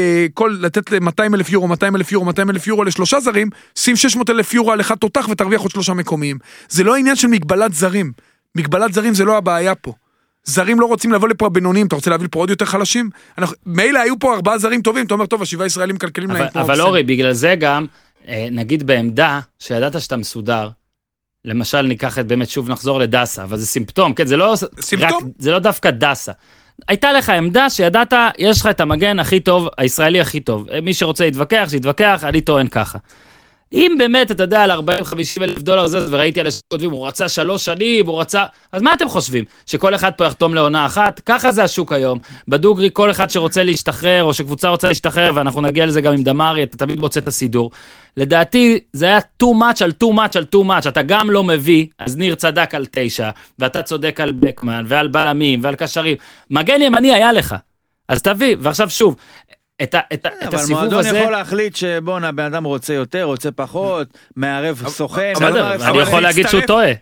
לתת 200,000 יורו, 200,000 יורו, 200,000 יורו לשלושה זרים, שים 600,000 יורו על אחד תותח ותרוויח עוד 3 מקומיים. זה לא עניין של מגבלת זרים. מגבלת זרים זה לא הבעיה פה. זרים לא רוצים לבוא לפה בינונים, אתה רוצה להביא פה עוד יותר חלשים? מילא היו פה 4 זרים טובים, אתה אומר, טוב, 7 ישראלים כלכלים להם פה. אבל אורי, בגלל זה גם, נגיד בעמדה, שידעת שאתה מסודר, למשל ניקח את באמת שוב נחזור לדסה, אבל זה סימפטום, כן, זה לא, זה לא דווקא דסה. הייתה לך עמדה שידעת, יש לך את המגן הכי טוב, הישראלי הכי טוב. מי שרוצה להתווכח, שיתווכח, אני טוען ככה. אם באמת, אתה יודע, על 40-50 אלף דולר זה, וראיתי על השכותבים, הוא רצה 3 שנים, הוא רצה... אז מה אתם חושבים? שכל אחד פה יחתום לעונה אחת? ככה זה השוק היום. בדוגרי, כל אחד שרוצה להשתחרר, או שקבוצה רוצה להשתחרר, ואנחנו נגיע לזה גם עם דמרי, אתה תמיד מוצא את הסידור. לדעתי, זה היה too much על too much על too much. אתה גם לא מביא, אז ניר צדק על 9, ואתה צודק על בקמן, ועל בלמים, ועל קשרים. מגן ימני היה לך. אז תביא, ועכשיו שוב, את הסיבוב הזה... אבל מועדון יכול להחליט שבון, הבן אדם רוצה יותר, רוצה פחות, מערב סוכן... אני יכול להגיד שהוא טועה.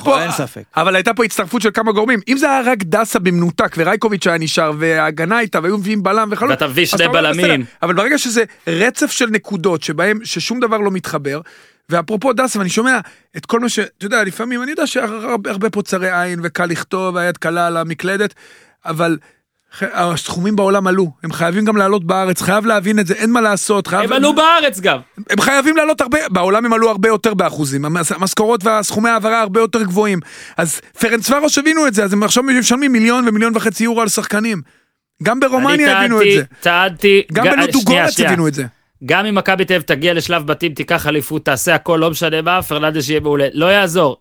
אבל הייתה פה הצטרפות של כמה גורמים. אם זה היה רק דסה במנותק, ורייקוביץ' היה נשאר, וההגנה הייתה, והיו מביאים בלם וחלום... ואתה מביא 2 בלמים. אבל ברגע שזה רצף של נקודות, שבהם ששום דבר לא מתחבר, ואפרופו דסה, ואני שומע את כל מה ש... אתה יודע, לפעמים אני יודע שהרבה פה צרי עין, וקל לכתוב, והיד קלה על המקלדת, אבל הסכומים בעולם עלו, הם חייבים גם לעלות בארץ, חייב להבין את זה, אין מה לעשות. הם עלו בארץ גם. הם חייבים לעלות הרבה, בעולם הם עלו הרבה יותר באחוזים, המשכורות והסכומי העברה הרבה יותר גבוהים. אז פרנצוורוש הבינו את זה, אז הם עכשיו משלמים 1.5 מיליון יורו על שחקנים. גם ברומניה הבינו את זה. גם בלודוגורץ הבינו את זה. גם אם מכבי תל אביב תגיע לשלב בתים, תיקח אליפות, תעשה הכל, לא משנה מה, פרננדס יהיה מעולה. לא יעזור.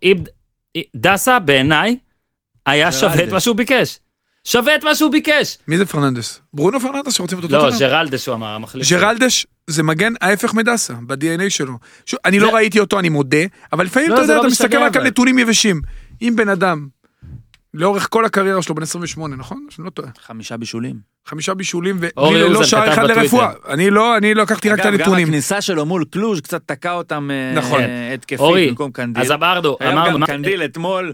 דסה בעיניי היה שווה את מה שהוא ביקש. שווה את מה שהוא ביקש. מי זה פרננדס? ברונו פרננדס שרוצים אותו? לא, ג'רלדש הוא אמר, המחליף. ג'רלדש זה מגן ההפך מדסה, ב-DNA שלו. אני לא ראיתי אותו, אני מודה, אבל לפעמים אתה יודע, אתה מסתכל רק על נתונים יבשים. אם בן אדם, לאורך כל הקריירה שלו, בן 28, נכון? שאני לא טועה. 5 בישולים. 5 בישולים, ולא שער אחד לרפואה. אני לא לקחתי רק את הנתונים. גם הכניסה שלו מול קלוז' קצת תקע אותם התקפית במקום קנדיל. אז אמרנו, גם קנדיל אתמול.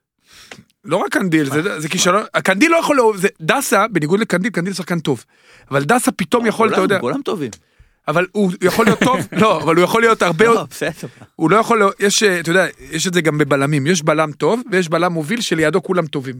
לא רק קנדיל, זה כישלון, הקנדיל לא יכול, דסה, בניגוד לקנדיל, קנדיל שחקן טוב, אבל דסה פתאום יכול, אתה יודע, כולם טובים, אבל הוא יכול להיות טוב, לא, אבל הוא יכול להיות הרבה, הוא לא יכול, אתה יודע, יש את זה גם בבלמים, יש בלם טוב, ויש בלם מוביל שלידו כולם טובים,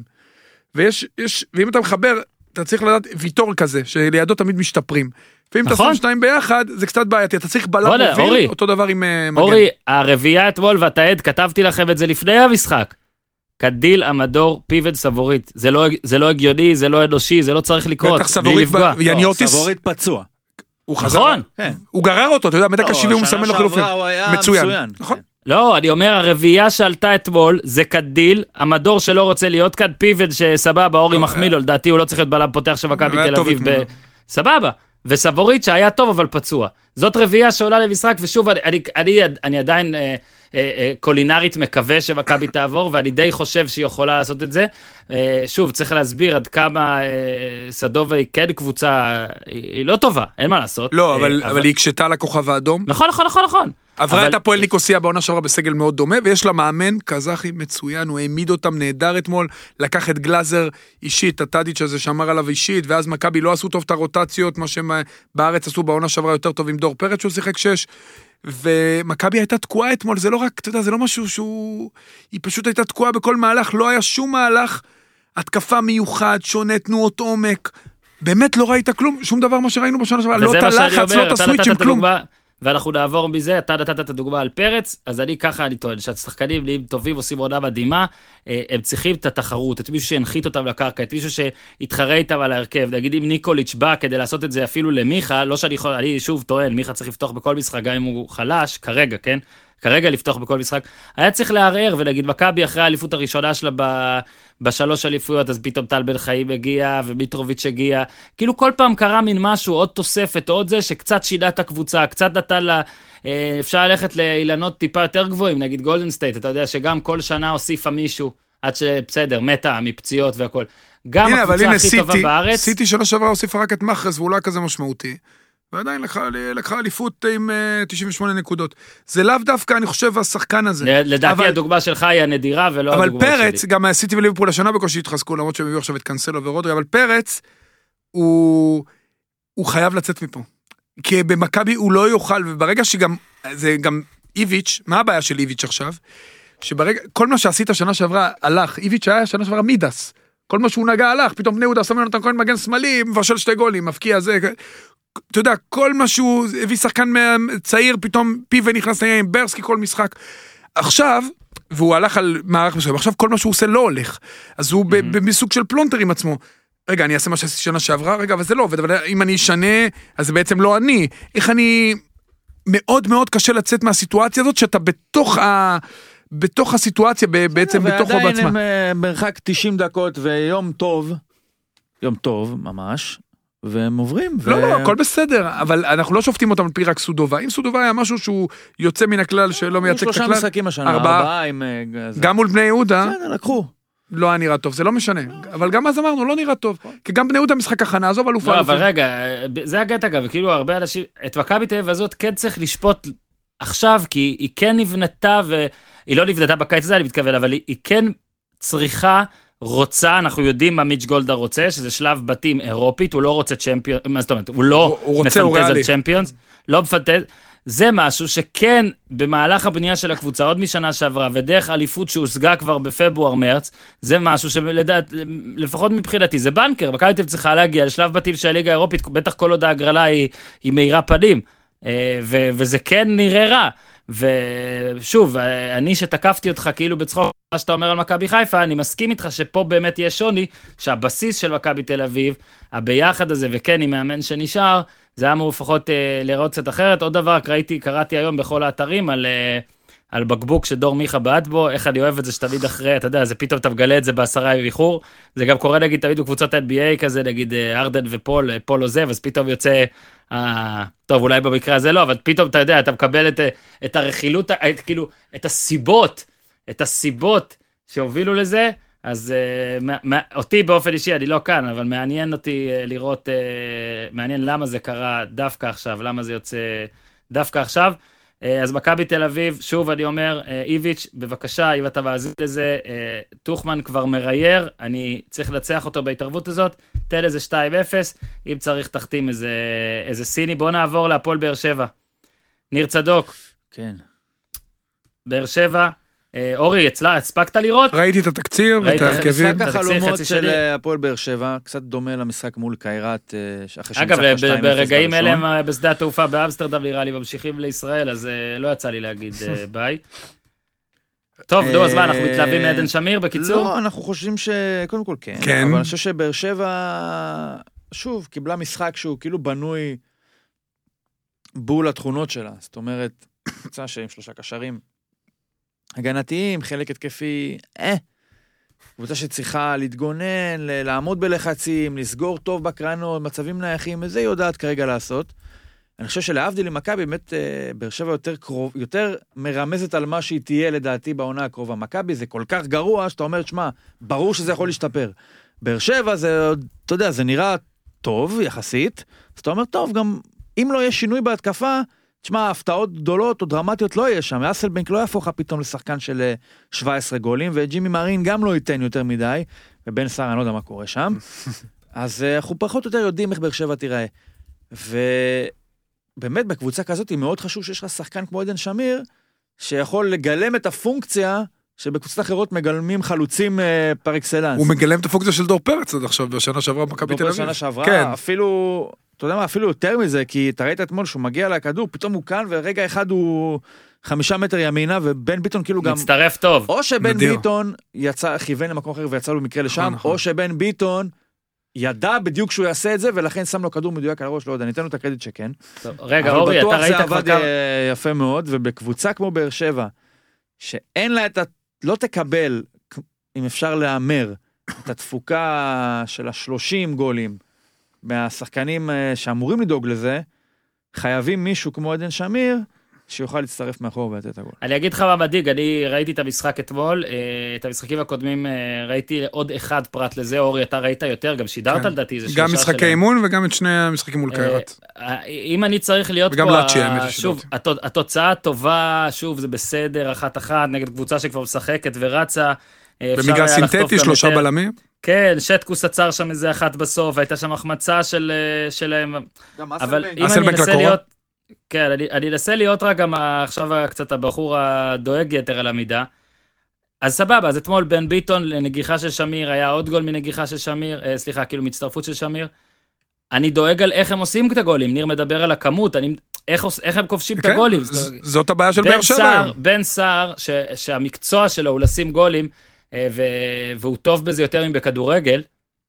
ואם אתה מחבר, אתה צריך לדעת ויתור כזה, שלידו תמיד משתפרים, ואם אתה שם 2 ביחד, זה קצת בעייתי, אתה צריך בלם מוביל, אותו דבר עם מגן. אורי, הרביעייה אתמול, ואתה עד, כתבתי לכם את זה לפני המשחק, קדיל, המדור, פיבד, סבורית. זה לא הגיוני, זה לא אנושי, זה לא צריך לקרות. בטח סבורית, יניוטיס. סבורית פצוע. נכון. הוא גרר אותו, אתה יודע, מדקה 70 הוא מסמן לו חילופים. מצוין. נכון. לא, אני אומר, הרביעייה שעלתה אתמול, זה קדיל, המדור שלא רוצה להיות כאן, פיבד שסבבה, אורי מחמיא לו, לדעתי הוא לא צריך להיות בלם פותח של מכבי תל אביב. סבבה. וסבורית שהיה טוב אבל פצוע. זאת רביעייה שעולה למשחק, ושוב, אני עדיין קולינרית מקווה שמכבי תעבור, ואני די חושב שהיא יכולה לעשות את זה. שוב, צריך להסביר עד כמה סדובה היא כן קבוצה, היא לא טובה, אין מה לעשות. לא, אבל היא הקשתה לכוכב האדום. נכון. עברה את הפועל ניקוסיה בעונה שעברה בסגל מאוד דומה, ויש לה מאמן קזחי מצוין, הוא העמיד אותם נהדר אתמול, לקח את גלאזר אישית, הטאדיץ' הזה שמר עליו אישית, ואז מכבי לא עשו טוב את הרוטציות, מה שהם בארץ עשו בעונה שעברה יותר טוב עם דור פרץ, שהוא שיחק 6, ומכבי הייתה תקועה אתמול, זה לא רק, אתה יודע, זה לא משהו שהוא, היא פשוט הייתה תקועה בכל מהלך, לא היה שום מהלך, התקפה מיוחד, שונה, תנועות עומק, באמת לא ראית כלום, שום דבר מה שראינו בשנה שעברה, לא את הלחץ, לא את הסוויצ'ים, כלום. ואנחנו נעבור מזה, אתה נתת את הדוגמה על פרץ, אז אני טוען שהשחקנים נהיים טובים, עושים עונה מדהימה, הם צריכים את התחרות, את מישהו שהנחית אותם לקרקע, את מישהו שיתחרה איתם על ההרכב, נגיד אם ניקוליץ' בא כדי לעשות את זה אפילו למיכה, לא שאני יכול, אני שוב טוען, מיכה צריך לפתוח בכל משחק, גם אם הוא חלש, כרגע, כן? כרגע לפתוח בכל משחק, היה צריך לערער ולהגיד, מכבי אחרי האליפות הראשונה שלה בשלוש אליפויות, אז פתאום טל בן חיים הגיע, ומיטרוביץ' הגיע, כאילו כל פעם קרה מין משהו, עוד תוספת, עוד זה, שקצת שינה את הקבוצה, קצת נתן לה, אפשר ללכת לאילנות טיפה יותר גבוהים, נגיד גולדן סטייט, אתה יודע שגם כל שנה הוסיפה מישהו, עד שבסדר, מתה מפציעות והכל. גם הקבוצה הכי טובה בארץ. סיטי שנה שעברה הוסיפה רק את מחרס, והוא לא היה כזה משמעותי. ועדיין לקחה אליפות עם 98 נקודות. זה לאו דווקא, אני חושב, השחקן הזה. לדעתי הדוגמה שלך היא הנדירה ולא הדוגמה שלי. אבל פרץ, גם סיטי וליברפול השנה בקושי התחזקו, למרות שהם הביאו עכשיו את קנסלו ורודרי, אבל פרץ, הוא חייב לצאת מפה. כי במכבי הוא לא יוכל, וברגע שגם, זה גם איביץ', מה הבעיה של איביץ' עכשיו? שברגע, כל מה שעשית שנה שעברה הלך, איביץ' היה שנה שעברה מידס. כל מה שהוא נגע הלך, פתאום בני יהודה שמים נתן כהן מגן שמאלי, מבשל 2 גולים, מפקיע זה, אתה יודע, כל מה שהוא הביא שחקן צעיר, פתאום פיבה נכנס לעניין עם ברסקי כל משחק. עכשיו, והוא הלך על מערך מסוים, עכשיו כל מה שהוא עושה לא הולך. אז הוא בסוג של פלונטר עם עצמו. רגע, אני אעשה מה שעשיתי שנה שעברה, רגע, אבל זה לא עובד, אבל אם אני אשנה, אז זה בעצם לא אני. איך אני, מאוד מאוד קשה לצאת מהסיטואציה הזאת, שאתה בתוך הסיטואציה, בעצם בתוכו בעצמה. ועדיין הם מרחק 90 דקות ויום טוב, יום טוב ממש, והם עוברים. לא, הכל בסדר, אבל אנחנו לא שופטים אותם על פי רק סודובה. אם סודובה היה משהו שהוא יוצא מן הכלל, שלא מייצג את הכלל. 3 משחקים השנה, 4 עם... גם מול בני יהודה. בסדר, לקחו. לא היה נראה טוב, זה לא משנה. אבל גם אז אמרנו, לא נראה טוב. כי גם בני יהודה משחק הכנה, עזוב אלופה. לא, אבל רגע, זה הגעת אגב, כאילו הרבה אנשים, את מכבי תל אביב הזאת כן צריך לשפוט עכשיו, כי היא כן נבנתה, והיא לא נבנתה בקיץ הזה, אני מתכוון, אבל היא כן צריכה, רוצה, אנחנו יודעים מה מיץ' גולדה רוצה, שזה שלב בתים אירופית, הוא לא רוצה צ'מפיונס, מה זאת אומרת, הוא לא מפנטז על צ'מפיונס, לא מפנטז, זה משהו שכן במהלך הבנייה של הקבוצה, עוד משנה שעברה, ודרך אליפות שהושגה כבר בפברואר-מרץ, זה משהו שלדעת, לפחות מבחינתי, זה בנקר, מכבי תל אביב צריכה להגיע לשלב בתים של הליגה האירופית, בטח כל עוד ההגרלה היא מהירה פנים, וזה כן נראה רע, ושוב, אני שתקפתי אותך כאילו בצחוק מה שאתה אומר על מכבי חיפה, אני מסכים איתך שפה באמת יש שוני, שהבסיס של מכבי תל אביב, הביחד הזה, וכן עם מאמן שנשאר, זה היה אמור לפחות לראות קצת אחרת. עוד דבר, קראתי היום בכל האתרים על בקבוק שדור מיכה בעט בו, איך אני אוהב את זה שתמיד אחרי, אתה יודע, זה פתאום אתה מגלה את זה ב10 איחור, זה גם קורה נגיד תמיד בקבוצות NBA כזה, נגיד ארדן ופול עוזב, אז פתאום יוצא, טוב אולי במקרה הזה לא, אבל פתאום אתה יודע, אתה מקבל את הרכילות, כאילו, את הסיבות שהובילו לזה, אז אותי באופן אישי, אני לא כאן, אבל מעניין אותי לראות, מעניין למה זה קרה דווקא עכשיו, למה זה יוצא דווקא עכשיו. אז מכבי תל אביב, שוב אני אומר, איביץ', בבקשה, אם אתה מאזין לזה, טוחמן כבר מרייר, אני צריך לנצח אותו בהתערבות הזאת, תן איזה 2-0, אם צריך תחתים איזה סיני, בוא נעבור להפועל באר שבע. ניר צדוק. כן. באר שבע, אורי, הספקת לראות? ראיתי את התקציר, את ההרכבים. משחק החלומות של הפועל באר שבע, קצת דומה למשחק מול קיירת, אגב, ברגעים אלה הם בשדה התעופה באמסטרדם, נראה לי, ממשיכים לישראל, אז לא יצא לי להגיד ביי. טוב, דו, אז מה, אנחנו מתלהבים מעדן שמיר, בקיצור? לא, אנחנו חושבים קודם כל כן. כן. אבל אני חושב שבאר שבע, שוב, קיבלה משחק שהוא כאילו בנוי בול התכונות שלה. זאת אומרת, קבוצה עם 3 קשרים הגנתיים, חלק התקפי, קבוצה שצריכה להתגונן, לעמוד בלחצים, לסגור טוב בקרנות, מצבים נייחים, וזה יודעת כרגע לעשות. אני חושב שלהבדיל למכבי, באמת באר שבע יותר מרמזת על מה שהיא תהיה לדעתי בעונה הקרובה. מכבי זה כל כך גרוע, שאתה אומר, שמה, ברור שזה יכול להשתפר. באר שבע זה, אתה יודע, זה נראה טוב יחסית, אז אתה אומר, טוב, גם אם לא יהיה שינוי בהתקפה, תשמע, הפתעות גדולות או דרמטיות לא יהיה שם, אסלבנק לא יהפוך פתאום לשחקן של 17 גולים, וג'ימי מרין גם לא ייתן יותר מדי, ובן סער, אני לא יודע מה קורה שם, אז אנחנו פחות או יותר יודעים איך באר שבע תיראה. ובאמת בקבוצה כזאת מאוד חשוב שיש לך שחקן כמו עדן שמיר, שיכול לגלם את הפונקציה, שבקבוצות אחרות מגלמים חלוצים פר אקסלנס. הוא מגלם את הפונקציה של דור פרץ עד עכשיו, בשנה שעברה במכבי תל אביב. בשנה שעברה, אפילו... אתה יודע מה, אפילו יותר מזה, כי אתה ראית אתמול שהוא מגיע לכדור, פתאום הוא כאן, ורגע אחד הוא 5 מטר ימינה, ובן ביטון כאילו גם... מצטרף טוב. או שבן ביטון יצא, כיוון למקום אחר ויצא לו מקרה לשם, או שבן ביטון ידע בדיוק שהוא יעשה את זה, ולכן שם לו כדור מדויק על הראש, לא יודע, ניתן לו את הקרדיט שכן. רגע, אורי, אתה ראית כבר... אבל בטוח זה עבד יפה מאוד, ובקבוצה כמו באר שבע, שאין לה את ה... לא תקבל, אם אפשר לאמר, את התפוקה של 30 גולים, מהשחקנים שאמורים לדאוג לזה, חייבים מישהו כמו עדן שמיר, שיוכל להצטרף מאחור ולתת את הגול. אני אגיד לך מה מדאיג, אני ראיתי את המשחק אתמול, את המשחקים הקודמים ראיתי עוד אחד פרט לזה, אורי, אתה ראית יותר, גם שידרת לדעתי, גם משחקי אימון וגם את שני המשחקים מול קיירת. אם אני צריך להיות פה, שוב, התוצאה טובה, שוב, זה בסדר, 1-1, נגד קבוצה שכבר משחקת ורצה, במגרש סינתטי, 3 בלמים. כן, שטקוס עצר שם איזה אחת בסוף, הייתה שם החמצה שלהם, אבל אם אני אנסה להיות, כן, אני אנסה להיות רק גם עכשיו קצת הבחור הדואג יתר על המידה, אז סבבה, אז אתמול בן ביטון לנגיחה של שמיר, היה עוד גול מנגיחה של שמיר, סליחה, כאילו מצטרפות של שמיר, אני דואג על איך הם עושים את הגולים, ניר מדבר על הכמות, איך הם כובשים את הגולים. זאת הבעיה של באר שבע. בן סער, שהמקצוע שלו הוא לשים גולים, והוא טוב בזה יותר מבכדורגל,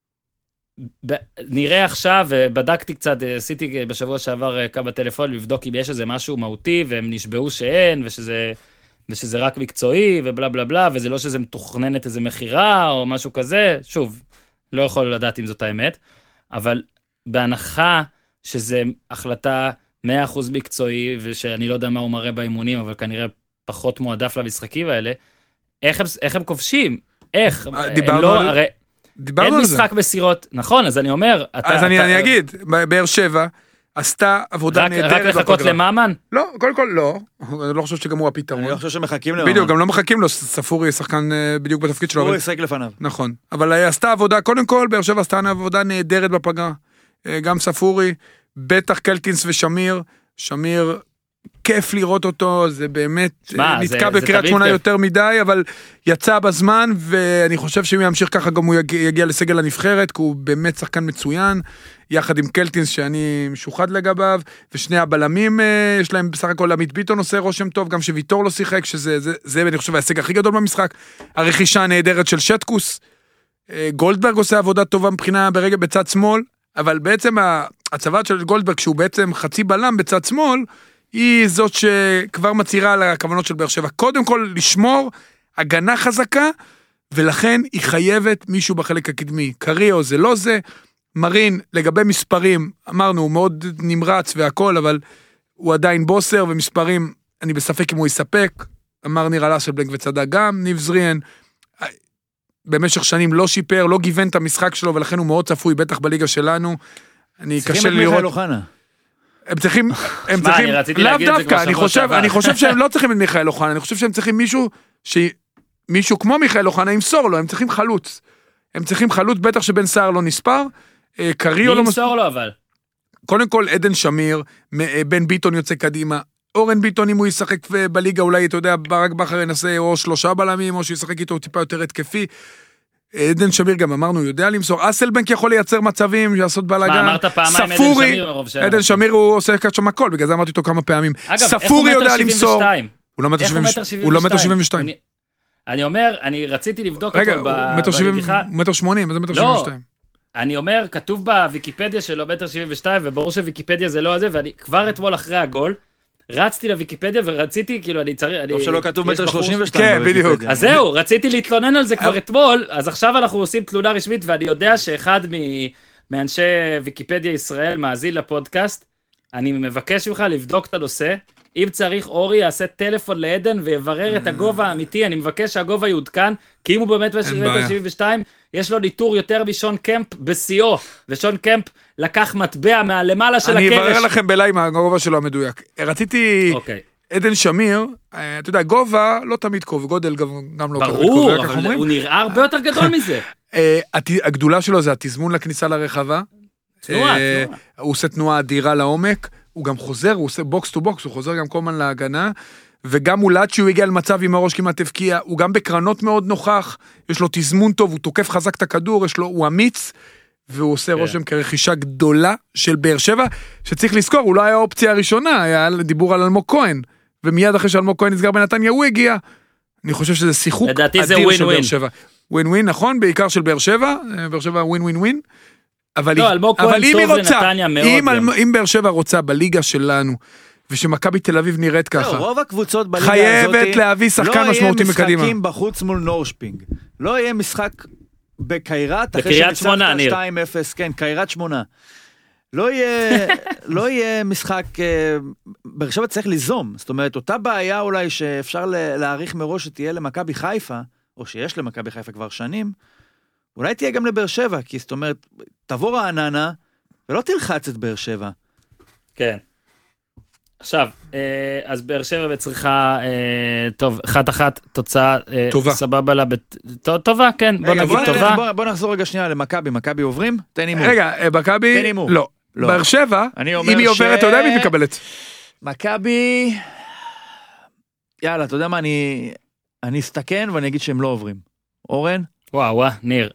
נראה עכשיו, ובדקתי קצת, עשיתי בשבוע שעבר כמה טלפון, לבדוק אם יש איזה משהו מהותי, והם נשבעו שאין, ושזה רק מקצועי, ובלה בלה בלה, וזה לא שזה מתוכננת איזה מחירה, או משהו כזה, שוב, לא יכול לדעת אם זאת האמת, אבל בהנחה שזה החלטה 100% מקצועי, ושאני לא יודע מה הוא מראה באימונים, אבל כנראה פחות מועדף למשחקים האלה, איך הם כובשים? איך? דיברנו על זה. אין משחק בסירות, נכון, אז אני אומר... אז אני אגיד, באר שבע עשתה עבודה נהדרת. רק לחכות למאמן? לא, קודם כל לא, אני לא חושב שגם הוא הפתרון. אני לא חושב שמחכים למאמן. בדיוק, גם לא מחכים לו, ספורי שחקן בדיוק בתפקיד שלו. הוא ישחק לפניו. נכון, אבל עשתה עבודה, קודם כל, באר שבע עשתה עבודה נהדרת בפגרה. גם ספורי, בטח קלטינס ושמיר, שמיר... כיף לראות אותו, זה באמת נתקע בקריית שמונה יותר מדי, אבל יצא בזמן, ואני חושב שאם ימשיך ככה גם הוא יגיע לסגל הנבחרת, כי הוא באמת שחקן מצוין, יחד עם קלטינס שאני משוחד לגביו, ושני הבלמים יש להם בסך הכל עמית ביטון עושה רושם טוב, גם שוויתור לא שיחק, שזה אני חושב ההישג הכי גדול במשחק, הרכישה הנהדרת של שטקוס, גולדברג עושה עבודה טובה מבחינה ברגע בצד שמאל, אבל בעצם הצוות של גולדברג, שהוא בעצם חצי בלם בצד שמאל, היא זאת שכבר מצהירה על הכוונות של באר שבע. קודם כל, לשמור הגנה חזקה, ולכן היא חייבת מישהו בחלק הקדמי. קריו זה לא זה, מרין לגבי מספרים, אמרנו, הוא מאוד נמרץ והכל, אבל הוא עדיין בוסר, ומספרים, אני בספק אם הוא יספק, אמר ניר על אסלבנק וצדק גם, ניב זריאן, במשך שנים לא שיפר, לא גיוון את המשחק שלו, ולכן הוא מאוד צפוי, בטח בליגה שלנו. אני קשה לראות... הם צריכים, לאו דווקא, אני חושב שהם לא צריכים את מיכאל אוחנה, אני חושב שהם צריכים מישהו כמו מיכאל אוחנה ימסור לו, הם צריכים חלוץ. הם צריכים חלוץ, בטח שבן סער לא נספר. מי ימסור לו אבל? קודם כל עדן שמיר, בן ביטון יוצא קדימה, אורן ביטון אם הוא ישחק בליגה, אולי אתה יודע, ברק בכר ינסה או 3 בלמים, או שישחק איתו טיפה יותר התקפי. עדן שמיר גם אמרנו, יודע למסור, אסלבנק יכול לייצר מצבים, לעשות בלגן. מה אמרת פעמיים עדן שמיר? עדן שמיר הוא עושה שם הכל, בגלל זה אמרתי אותו כמה פעמים. ספורי יודע למסור. הוא לא מטר 72. אני אומר, אני רציתי לבדוק רגע, אותו מטר 80, מה זה מטר 72? אני אומר, כתוב בוויקיפדיה שלו 1.72 מטר, וברור שוויקיפדיה זה לא הזה, ואני כבר אתמול אחרי הגול, רצתי לוויקיפדיה ורציתי, כאילו, אני צריך... טוב שלא כתוב 1.32 מטר. כן, בדיוק. אז זהו, רציתי להתלונן על זה כבר אתמול, אז עכשיו אנחנו עושים תלונה רשמית, ואני יודע שאחד מאנשי ויקיפדיה ישראל מאזין לפודקאסט, אני מבקש ממך לבדוק את הנושא, אם צריך אורי יעשה טלפון לעדן ויברר את הגובה האמיתי, אני מבקש שהגובה יעודכן, כי אם הוא באמת ב-72, יש לו ניטור יותר משון קמפ בשיאו, ושון קמפ לקח מטבע מהלמעלה של הקרש. אני אברר לכם בלילה מה הגובה שלו המדויק. רציתי, עדן שמיר, אתה יודע, גובה לא תמיד קובע, גודל גם לא קובע. ברור, אבל הוא נראה הרבה יותר גדול מזה. הגדולה שלו זה התזמון לכניסה לרחבה. תנועה. הוא עושה תנועה אדירה לעומק, הוא גם חוזר, הוא עושה בוקס טו בוקס, הוא חוזר גם כל הזמן להגנה, וגם מולד שהוא הגיע למצב עם הראש כמעט הבקיע, הוא גם בקרנות מאוד נוכח, יש לו תזמון טוב, הוא תוקף חזק את הכדור, הוא אמיץ, והוא עושה רושם כרכישה גדולה של באר שבע, שצריך לזכור, הוא לא היה האופציה הראשונה, היה דיבור על אלמוג כהן, ומיד אחרי שאלמוג כהן נסגר בנתניה, הוא הגיע. אני חושב שזה שיחוק אדיר של באר שבע. ווין ווין, נכון, בעיקר של באר שבע, באר שבע ווין ווין ווין. אבל אם היא רוצה, אם באר שבע רוצה בליגה שלנו, ושמכבי תל אביב נראית ככה, רוב הקבוצות בליגה הזאת, חייבת להביא שחקן משמעותי מקדימה. לא יהיה משחקים בחוץ מול נורשפינג, לא יהיה משחק בקיירת, אחרי שניצחת 2-0, כן, קיירת 8. לא יהיה משחק, באר שבע צריך ליזום, זאת אומרת, אותה בעיה אולי שאפשר להעריך מראש שתהיה למכבי חיפה, או שיש למכבי חיפה כבר שנים, אולי תהיה גם לבאר שבע, כי זאת אומרת, תבוא רעננה, ולא תלחץ את באר שבע. כן. עכשיו, אז באר שבע צריכה, טוב, 1-1, תוצאה סבבה לה, טובה, כן, בוא נגיד טובה. בוא נחזור רגע שנייה למכבי, מכבי עוברים, תן אימור. רגע, מכבי, לא. באר שבע, אם היא עוברת, אתה יודע מי מקבלת? מכבי, יאללה, אתה יודע מה, אני אסתכן ואני אגיד שהם לא עוברים. אורן? וואו, ניר,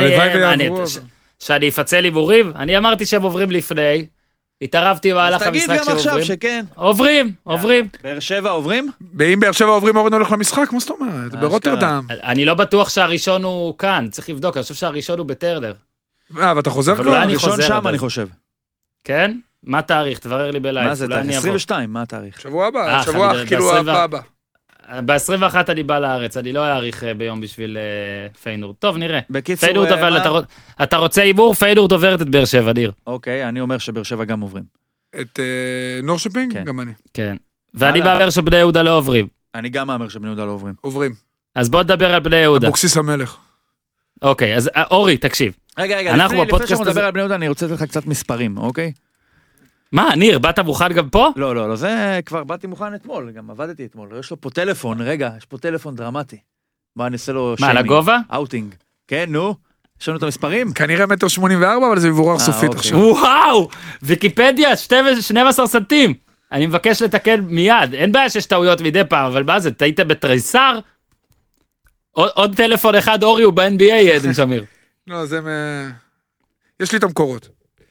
שאני אפצל הימורים, אני אמרתי שהם עוברים לפני, התערבתי במהלך המשחק שעוברים. תגיד גם עכשיו שכן. עוברים. באר שבע עוברים? ואם באר שבע עוברים, אורן הולך למשחק, מה זאת אומרת? ברוטרדם. אני לא בטוח שהראשון הוא כאן, צריך לבדוק, אני חושב שהראשון הוא בטרנר. ואתה חוזר כבר? הראשון שם אני חושב. כן? מה התאריך? תברר לי בלייב. מה זה, 22, מה התאריך? שבוע הבא, כאילו הבא. ב-21 אני בא לארץ, אני לא אעריך ביום בשביל פיינורד. טוב, נראה. פיינורד, אבל אתה רוצה אימור, פיינורד עוברת את באר שבע, ניר. אוקיי, אני אומר שבאר שבע גם עוברים. את נורשפינג? גם אני. כן. ואני מאמר שבני יהודה לא עוברים. אני גם מאמר שבני יהודה לא עוברים. עוברים. אז בוא נדבר על בני יהודה. אבוקסיס המלך. אוקיי, אז אורי, תקשיב. רגע, לפני שאנחנו נדבר על בני יהודה, אני רוצה לתת לך קצת מספרים, אוקיי? מה, ניר, באת מוכן גם פה? לא, זה כבר באתי מוכן אתמול, גם עבדתי אתמול, יש לו פה טלפון, רגע, יש פה טלפון דרמטי. בוא נעשה לו שיימינג. מה, לגובה? אאוטינג. כן, נו, יש לנו את המספרים? כנראה 1.84 מטר, אבל זה מבורר סופית עכשיו. וואו, ויקיפדיה, 12 סנטים. אני מבקש לתקן מיד, אין בעיה שיש טעויות מדי פעם, אבל מה זה, טעית בתריסר? עוד טלפון אחד אורי הוא ב-NBA, עדן שמיר. לא, זה יש לי את המקורות.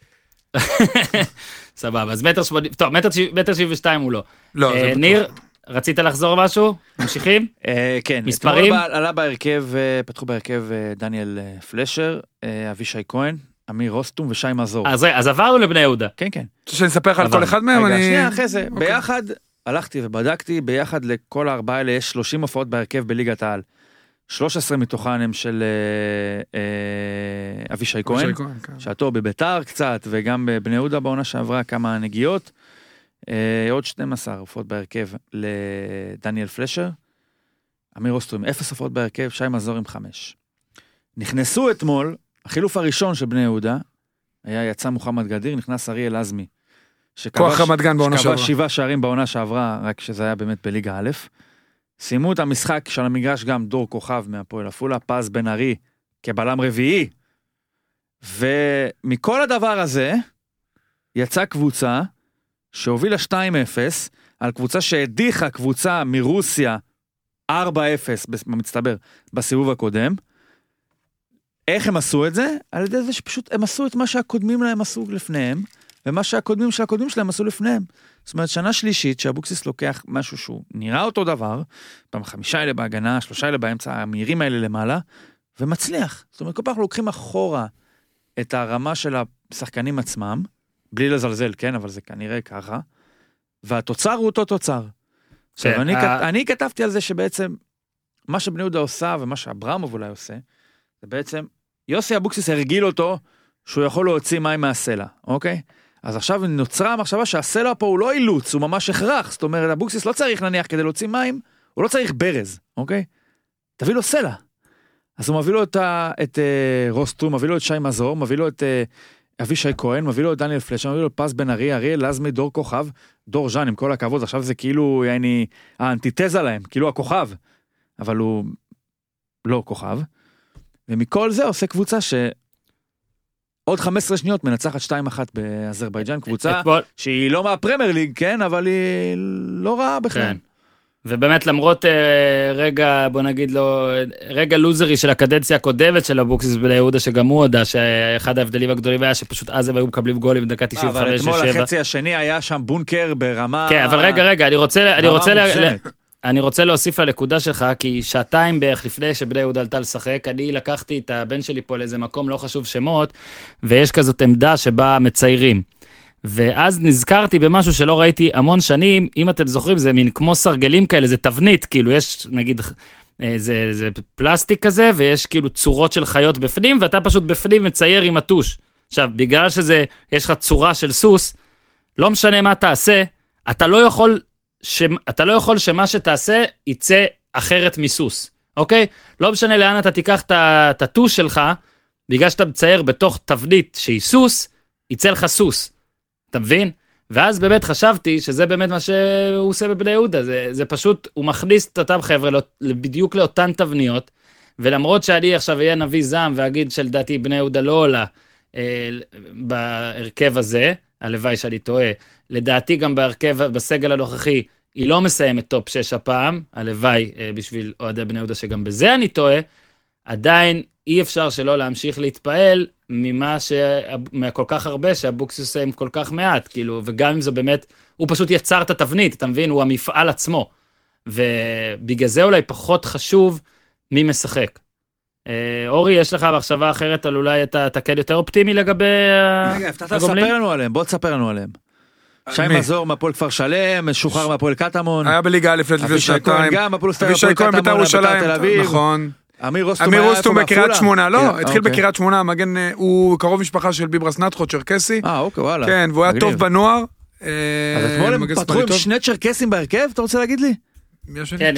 סבבה, אז 1.80, טוב, 1.72 הוא לא. לא, ניר, רצית לחזור משהו? ממשיכים? כן. מספרים? עלה בהרכב, פתחו בהרכב דניאל פלשר, אבישי כהן, אמיר רוסטום ושי מזור. אז עברנו לבני יהודה. כן, כן. שאני אספר לך על כל אחד מהם? רגע, שנייה, אחרי זה, ביחד, הלכתי ובדקתי, ביחד לכל הארבעה האלה יש 30 הופעות בהרכב בליגת העל. 13 מתוכן הם של אבישי כהן, שעתו בביתר קצת, וגם בבני יהודה בעונה שעברה כמה נגיעות. עוד 12 הופעות בהרכב לדניאל פלשר, אמיר רוסטום 0 הופעות בהרכב, שי מזור עם 5. נכנסו אתמול, החילוף הראשון של בני יהודה, יצא מוחמד גדיר, נכנס אריאל עזמי, כוח רמת גן בעונה שעברה. שכבש 7 שערים בעונה שעברה, רק שזה היה באמת בליגה א'. סיימו את המשחק של המגרש גם דור כוכב מהפועל עפולה, פז בן ארי כבלם רביעי, ומכל הדבר הזה יצאה קבוצה שהובילה 2-0 על קבוצה שהדיחה קבוצה מרוסיה 4-0 במצטבר בסיבוב הקודם. איך הם עשו את זה? על ידי זה שפשוט הם עשו את מה שהקודמים להם עשו לפניהם, ומה שהקודמים של הקודמים שלהם עשו לפניהם. זאת אומרת, שנה שלישית שאבוקסיס לוקח משהו שהוא נראה אותו דבר, פעם 5 אלה בהגנה, 3 אלה באמצע, המהירים האלה למעלה, ומצליח. זאת אומרת, כל פעם לוקחים אחורה את הרמה של השחקנים עצמם, בלי לזלזל, כן, אבל זה כנראה ככה, והתוצר הוא אותו תוצר. עכשיו, אני כתבתי על זה שבעצם, מה שבני יהודה עושה, ומה שאברמוב אולי עושה, זה בעצם, יוסי אבוקסיס הרגיל אותו, שהוא יכול להוציא מים מהסלע, אוקיי? אז עכשיו נוצרה המחשבה שהסלע פה הוא לא אילוץ, הוא ממש הכרח, זאת אומרת, אבוקסיס לא צריך נניח כדי להוציא מים, הוא לא צריך ברז, אוקיי? תביא לו סלע. אז הוא מביא לו את רוסטרום, מביא לו את שי מזור, מביא לו את אבישי כהן, מביא לו את דניאל פלשר, מביא לו את פס בן ארי, אריאל לזמי, דור כוכב, דור ז'אן, עם כל הכבוד, עכשיו זה כאילו, האנטיתזה להם, כאילו הכוכב, אבל הוא לא כוכב, ומכל זה עושה קבוצה עוד 15 שניות מנצחת 2-1 באזרבייג'אן, קבוצה שהיא לא מהפרמייר ליג, כן, אבל היא לא רעה בכלל. כן. ובאמת למרות רגע, בוא נגיד לו, רגע לוזרי של הקדנציה הקודמת של אבוקסיס בני יהודה, שגם הוא הודע שאחד ההבדלים הגדולים היה שפשוט אז הם היו מקבלים גולים בדקה 95-7. אבל אתמול החצי השני היה שם בונקר ברמה... כן, אבל רגע, אני רוצה להוסיף לנקודה שלך, כי שעתיים בערך לפני שבני יהודה עלתה לשחק, אני לקחתי את הבן שלי פה לאיזה מקום לא חשוב שמות, ויש כזאת עמדה שבה מציירים. ואז נזכרתי במשהו שלא ראיתי המון שנים, אם אתם זוכרים, זה מין כמו סרגלים כאלה, זה תבנית, כאילו יש נגיד, זה פלסטיק כזה, ויש כאילו צורות של חיות בפנים, ואתה פשוט בפנים מצייר עם הטוש. עכשיו, בגלל שזה, יש לך צורה של סוס, לא משנה מה תעשה, אתה לא יכול שמה שתעשה יצא אחרת מסוס, אוקיי? לא משנה לאן אתה תיקח את הטוש שלך, בגלל שאתה מצייר בתוך תבנית שהיא סוס, יצא לך סוס. אתה מבין? ואז באמת חשבתי שזה באמת מה שהוא עושה בבני יהודה, זה פשוט, הוא מכניס את אותם חבר'ה בדיוק לאותן תבניות, ולמרות שאני עכשיו אהיה נביא זעם ואגיד שלדעתי בני יהודה לא עולה בהרכב הזה, הלוואי שאני טועה, לדעתי גם בהרכב, בסגל הנוכחי, היא לא מסיימת טופ 6 הפעם, הלוואי בשביל אוהדי בני יהודה שגם בזה אני טועה, עדיין אי אפשר שלא להמשיך להתפעל מכל כך הרבה שאבוקסיס עם כל כך מעט, כאילו, וגם אם זה באמת, הוא פשוט יצר את התבנית, אתה מבין? הוא המפעל עצמו, ובגלל זה אולי פחות חשוב מי משחק. אורי, יש לך מחשבה אחרת על אולי אתה כן יותר אופטימי לגבי הגומלין? הבטחת לספר לנו עליהם, בוא תספר לנו עליהם. שי מזור מהפועל כפר שלם, משוחרר מהפועל קטמון. היה בליגה א' לפני שנתיים. אבישי כהן בית"ר ירושלים, נכון. אמיר רוסטום בקריית שמונה, לא, התחיל בקריית שמונה, המגן, הוא קרוב משפחה של ביברס נתחו, צ'רקסי. אוקיי, וואלה. כן, והוא היה טוב בנוער. אז אתמול הם פתחו עם 2 צ'רקסים בהרכב, אתה רוצה להגיד לי? כן,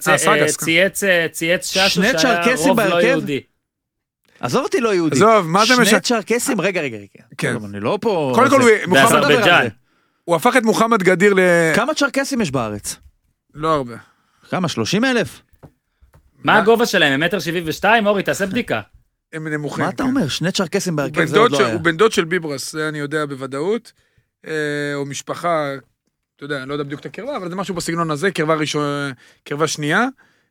צייץ ששו שהיה רוב לא יהודי. עזוב אותי לא יהודי. עזוב, מה זה 2 צ'רקסים, רגע. כן. אני לא פה... קודם כל הוא הפך את מוחמד גדיר כמה צ'רקסים יש בארץ? לא הרבה. כמה? 30,000? מה הגובה שלהם? 1.72 מטר, אורי, תעשה בדיקה. הם נמוכים. מה אתה אומר? 2 צ'רקסים בהרכב זה עוד לא היה. הוא בן דוד של ביברס, זה אני יודע בוודאות. או משפחה, אתה יודע, אני לא יודע בדיוק את הקרבה, אבל זה משהו בסגנון הזה, קרבה שנייה.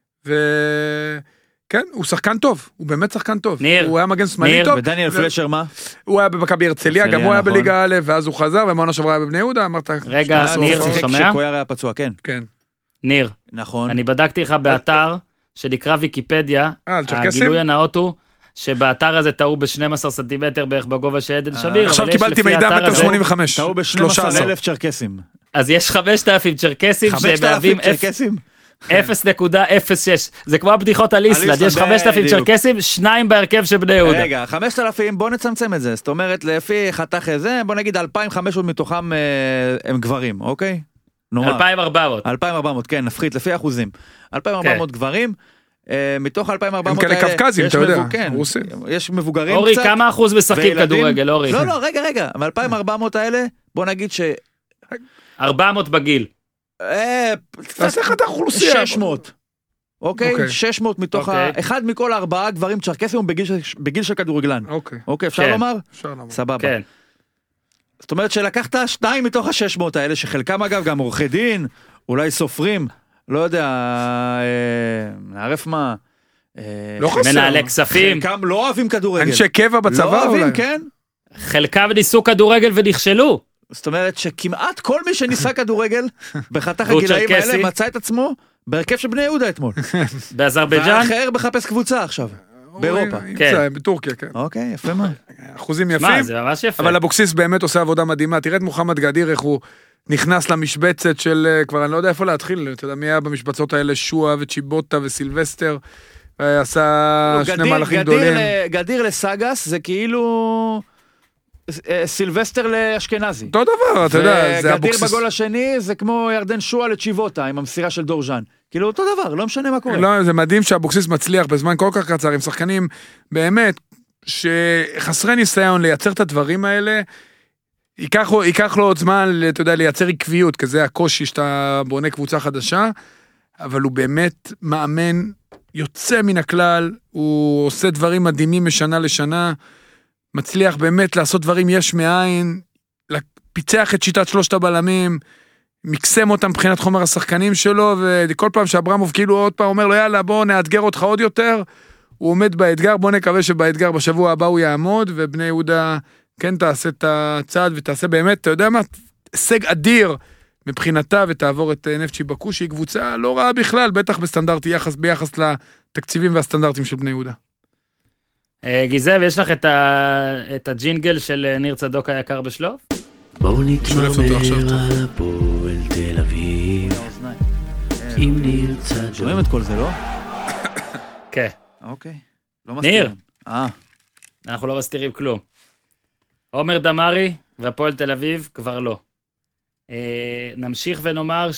כן, הוא שחקן טוב, הוא באמת שחקן טוב. הוא היה מגן שמאלי טוב. ודניאל פלשר מה? הוא היה במכבי הרצליה, גם הוא היה בליגה א', ואז הוא חזר, ומעונה שעברה היה בבני יהודה, אמרת... רגע, ניר, שומע? שקויר היה פצוע, כן. כן. ניר, נכון. אני בדקתי לך באתר שנקרא ויקיפדיה, הגילוי הנאות הוא שבאתר הזה טעו ב-12 סנטימטר בערך בגובה של עדן שמיר. עכשיו קיבלתי מידע 1.85 מטר. טעו ב-12,000 צ'רקסים. אז יש 5,000 צ'רקסים שמהווים 0.06, זה כמו הבדיחות על איסלנד, יש 5,000 צ'רקסים, 2 בהרכב של בני יהודה. רגע, 5,000, בוא נצמצם את זה, זאת אומרת, לפי חתך זה, בוא נגיד 2,500 מתוכם הם גברים, אוקיי? 2,400, כן, נפחית, לפי אחוזים. 2,400 גברים, מתוך 2,400 האלה, הם כאלה קווקזים, אתה יודע, רוסים. יש מבוגרים קצת. אורי, כמה אחוז משחקים כדורגל, אורי? לא, רגע, מ-2,400 האלה, בוא נגיד 400 בגיל. תעשה לך את האוכלוסייה. 600. אוקיי? 600 מתוך אחד מכל 4 גברים צ'רקסים הוא בגיל של כדורגלן. אוקיי, אפשר לומר? אפשר לומר. סבבה. כן. זאת אומרת שלקחת 2 מתוך ה-600 האלה, שחלקם אגב גם עורכי דין, אולי סופרים, לא יודע, נערף מה, לא חסר. מנהלי כספים. חלקם לא אוהבים כדורגל. אנשי קבע בצבא לא אוהבים, כן. חלקם ניסו כדורגל ונכשלו. זאת אומרת שכמעט כל מי שניסה כדורגל בחתך הגילאים האלה מצא את עצמו בהרכב של בני יהודה אתמול. באזרבייג'אן? והאחר מחפש קבוצה עכשיו, באירופה. כן. בטורקיה, כן. אוקיי, יפה מה. אחוזים יפים. זה ממש יפה. אבל אבוקסיס באמת עושה עבודה מדהימה. תראה את מוחמד גדיר, איך הוא נכנס למשבצת של, כבר אני לא יודע איפה להתחיל, אתה יודע מי היה במשבצות האלה, שואה וצ'יבוטה וסילבסטר, עשה שני מהלכים גדולים. גדיר לסגס זה כאילו סילבסטר לאשכנזי. אותו דבר, אתה יודע, זה אבוקסיס. גדיר בגול השני זה כמו ירדן שואה לצ'יבוטה עם המסירה של דורז'אן. כאילו אותו דבר, לא משנה מה קורה. לא, זה מדהים שאבוקסיס מצליח בזמן כל כך קצר עם שחקנים באמת שחסרי ניסיון לייצר את הדברים האלה. ייקח לו עוד זמן, אתה יודע, לייצר עקביות, כזה הקושי שאתה בונה קבוצה חדשה, אבל הוא באמת מאמן יוצא מן הכלל, הוא עושה דברים מדהימים משנה לשנה, מצליח באמת לעשות דברים יש מאין, פיצח את שיטת שלושת הבלמים, מקסם אותם מבחינת חומר השחקנים שלו, וכל פעם שאברמוב כאילו עוד פעם אומר לו, יאללה בוא נאתגר אותך עוד יותר, הוא עומד באתגר, בוא נקווה שבאתגר בשבוע הבא הוא יעמוד, ובני יהודה כן תעשה את הצעד, ותעשה באמת, אתה יודע מה, הישג אדיר מבחינתה, ותעבור את נפצ'י בקו, שהיא קבוצה לא רעה בכלל, בטח בסטנדרטי ביחס לתקציבים והסטנדרטים של בני יהודה. גיזב, יש לך את הג'ינגל של ניר צדוק היקר בשלוף? בואו נתמרמר על הפועל תל אביב עם ניר צדוק. שומעים את כל זה, לא? כן. אוקיי. ניר. אנחנו לא מסתירים כלום. עומר דמרי והפועל תל אביב כבר לא. נמשיך ונאמר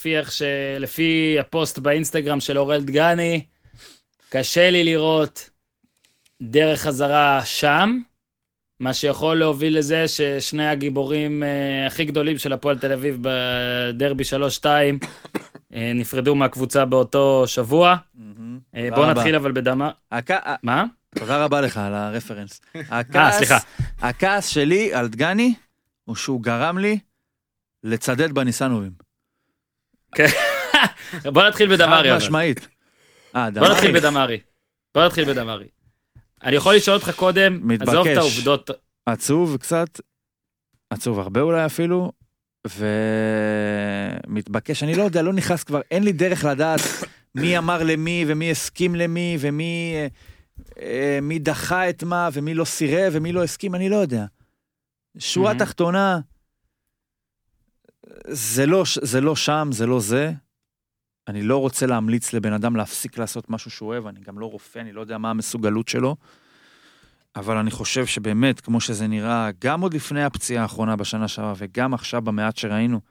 שלפי הפוסט באינסטגרם של אורל דגני, קשה לי לראות דרך חזרה שם, מה שיכול להוביל לזה ששני הגיבורים הכי גדולים של הפועל תל אביב בדרבי 3-2 נפרדו מהקבוצה באותו שבוע. בואו נתחיל אבל בדמה. מה? תודה רבה לך על הרפרנס. סליחה. הכעס שלי על דגני הוא שהוא גרם לי לצדד בניסנובים. בוא נתחיל בדמרי. חד משמעית. בוא נתחיל בדמרי. אני יכול לשאול אותך קודם, עזוב את העובדות. עצוב קצת, עצוב הרבה אולי אפילו, ומתבקש, אני לא יודע, לא נכנס כבר, אין לי דרך לדעת מי אמר למי, ומי הסכים למי, ומי דחה את מה, ומי לא סירב, ומי לא הסכים, אני לא יודע. שורה תחתונה, זה לא שם, זה לא זה. אני לא רוצה להמליץ לבן אדם להפסיק לעשות משהו שהוא אוהב, אני גם לא רופא, אני לא יודע מה המסוגלות שלו, אבל אני חושב שבאמת, כמו שזה נראה, גם עוד לפני הפציעה האחרונה בשנה שעברה, וגם עכשיו במעט שראינו,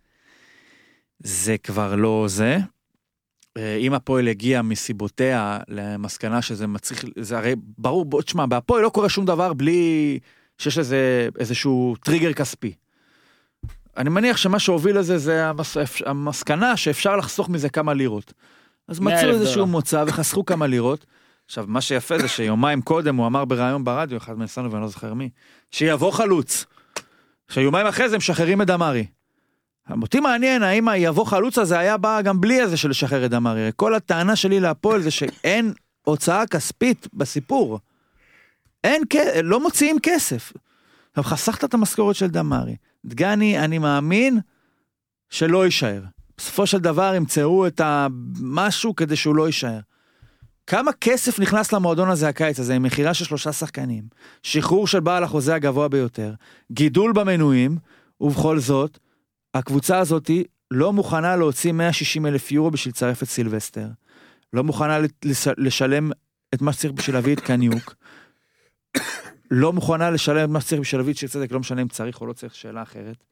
זה כבר לא זה. אם הפועל הגיע מסיבותיה למסקנה שזה מצריך, זה הרי ברור, תשמע, בהפועל לא קורה שום דבר בלי שיש איזשהו טריגר כספי. אני מניח שמה שהוביל לזה זה המסקנה שאפשר לחסוך מזה כמה לירות. אז מצאו איזשהו מוצא וחסכו כמה לירות. עכשיו, מה שיפה זה שיומיים קודם הוא אמר ברעיון ברדיו, אחד מנסנו ואני לא זוכר מי, שיבוא חלוץ. שיומיים אחרי זה הם משחררים את דמרי. אותי מעניין, האם יבוא חלוץ הזה היה בא גם בלי איזה של לשחרר את דמרי. כל הטענה שלי להפועל זה שאין הוצאה כספית בסיפור. לא מוציאים כסף. עכשיו, חסכת את המשכורת של דמרי. דגני, אני מאמין שלא יישאר. בסופו של דבר ימצאו את המשהו כדי שהוא לא יישאר. כמה כסף נכנס למועדון הזה הקיץ הזה, עם מחירה של 3 שחקנים, שחרור של בעל החוזה הגבוה ביותר, גידול במנויים, ובכל זאת, הקבוצה הזאת לא מוכנה להוציא 160,000 יורו בשביל לצרף את סילבסטר. לא מוכנה לשלם את מה שצריך בשביל להביא את קניוק. לא מוכנה לשלם את מה שצריך בשביל להביא את שיר צדק, לא משנה אם צריך או לא צריך, שאלה אחרת.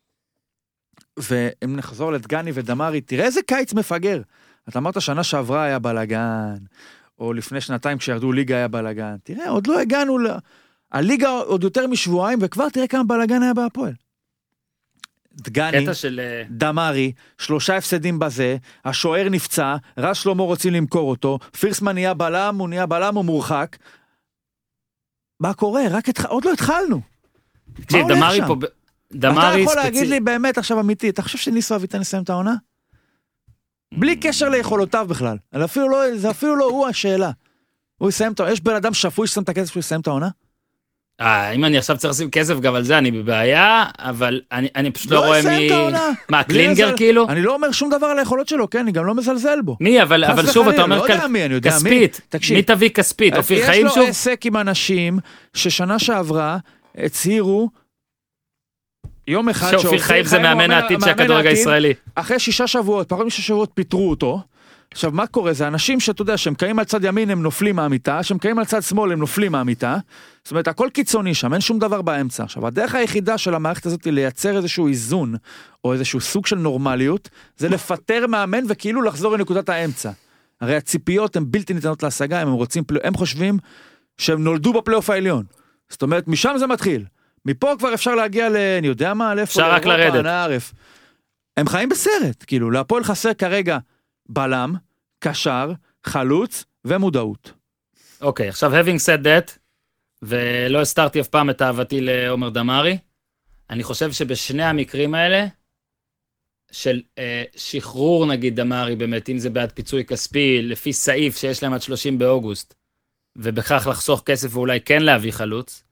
ואם נחזור לדגני ודמרי, תראה איזה קיץ מפגר. אתה אמרת שנה שעברה היה בלגן, או לפני שנתיים כשירדו ליגה היה בלגן. תראה, עוד לא הגענו הליגה עוד יותר משבועיים, וכבר תראה כמה בלגן היה בהפועל. דגני, דמרי, 3 הפסדים בזה, השוער נפצע, רז שלמה רוצים למכור אותו, פירסמן נהיה בלם, הוא נהיה בלם, הוא מורחק. מה קורה? עוד לא התחלנו. תקשיב, דמרי פה... אתה יכול להגיד לי באמת עכשיו אמיתי, אתה חושב שניסו אביטן יסיים את העונה? בלי קשר ליכולותיו בכלל. זה אפילו לא הוא השאלה. הוא יסיים את העונה. יש בן אדם שפוי ששם את הכסף שהוא יסיים את העונה? אם אני עכשיו צריך לשים כסף גם על זה, אני בבעיה, אבל אני פשוט לא רואה מי... מה, קלינגר כאילו? אני לא אומר שום דבר על היכולות שלו, כן, אני גם לא מזלזל בו. מי, אבל שוב, אתה אומר כספית. מי תביא כספית? אופיר חיים שוב? יש לו עסק עם אנשים ששנה שעברה הצהירו יום אחד שאופיר חיים זה מאמן העתיד של הכדורגל הישראלי. אחרי 6 שבועות, פחות מ6 שבועות פיטרו אותו. עכשיו, מה קורה? זה אנשים שאתה יודע, שהם קיים על צד ימין, הם נופלים מהמיטה, שהם קיים על צד שמאל, הם נופלים מהמיטה. זאת אומרת, הכל קיצוני שם, אין שום דבר באמצע. עכשיו, הדרך היחידה של המערכת הזאת היא לייצר איזשהו איזון, או איזשהו סוג של נורמליות, זה לפטר מאמן וכאילו לחזור לנקודת האמצע. הרי הציפיות הן בלתי ניתנות להשגה, הם חושבים שהם נולדו בפלייאוף העליון. זאת אומרת, משם זה מתחיל. מפה כבר אפשר להגיע אני יודע מה, אפשר רק לרדת. הם חיים בסרט, כאילו, להפועל חסר כרגע בלם, קשר, חלוץ ומודעות. אוקיי, עכשיו having said that, ולא הסתרתי אף פעם את אהבתי לעומר דמארי, אני חושב שבשני המקרים האלה, של שחרור נגיד דמארי באמת, אם זה בעד פיצוי כספי, לפי סעיף שיש להם עד 30 באוגוסט, ובכך לחסוך כסף ואולי כן להביא חלוץ,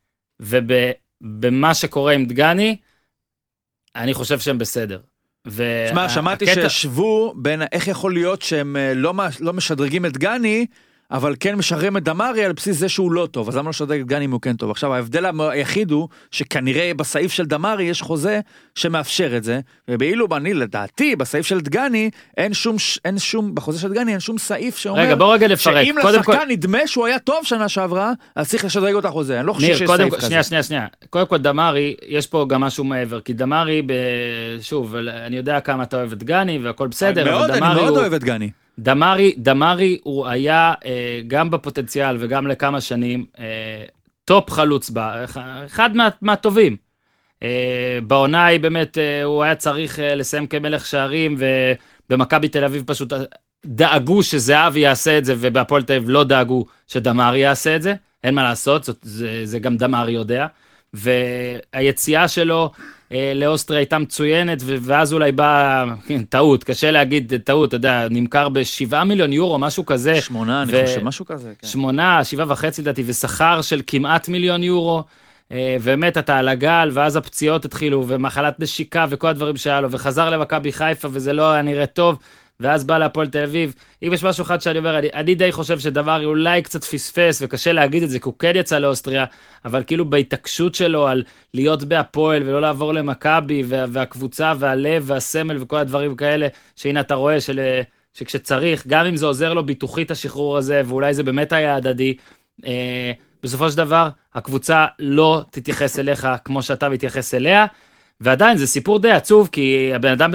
ובמה שקורה עם דגני, אני חושב שהם בסדר. שמע, שמעתי שישבו בין איך יכול להיות שהם לא משדרגים את דגני, אבל כן משחררים את דמארי על בסיס זה שהוא לא טוב, אז למה לא משדרג את דגני אם הוא כן טוב? עכשיו, ההבדל היחיד הוא שכנראה בסעיף של דמארי יש חוזה שמאפשר את זה, ובאילו אני לדעתי, בסעיף של דגני, אין שום, בחוזה של דגני אין שום סעיף שאומר, רגע, בוא רגע לפרק. שאם לשחקן נדמה שהוא היה טוב שנה שעברה, אז צריך לשדרג אותה חוזה. אני לא חושב שיש סעיף כזה. שנייה. קודם כל דמארי, יש פה גם משהו מעבר, כי דמארי, שוב, אני יודע כמה אתה אוהב את דגני והכל בסדר, אני מאוד אוהב את דגני. דמארי הוא היה גם בפוטנציאל וגם לכמה שנים טופ חלוץ בה, אחד מהטובים. בעונה היא באמת, הוא היה צריך לסיים כמלך שערים, ובמכבי תל אביב פשוט דאגו שזהבי יעשה את זה, ובהפועל תל אביב לא דאגו שדמארי יעשה את זה, אין מה לעשות, זה גם דמארי יודע, והיציאה שלו לאוסטריה הייתה מצוינת, ואז אולי באה טעות, קשה להגיד טעות, אתה יודע, נמכר ב7 מיליון יורו, משהו כזה. 8, אני חושב, משהו כזה. 8, 7.5 לדעתי, ושכר של כמעט מיליון יורו, באמת אתה על הגל, ואז הפציעות התחילו, ומחלת נשיקה, וכל הדברים שהיה לו, וחזר למכבי חיפה, וזה לא היה נראה טוב, ואז בא להפועל תל אביב. אם יש משהו אחד שאני אומר, אני די חושב שדמארי אולי קצת פספס, וקשה להגיד את זה, כי הוא כן יצא לאוסטריה, אבל כאילו בהתעקשות שלו על להיות בהפועל, ולא לעבור למכבי, והקבוצה, והלב, והסמל, וכל הדברים כאלה, שהנה אתה רואה שכשצריך, גם אם זה עוזר לו ביטוחית השחרור הזה, ואולי זה באמת היה הדדי, בסופו של דבר, הקבוצה לא תתייחס אליך כמו שאתה מתייחס אליה, ועדיין זה סיפור די עצוב, כי הבן אדם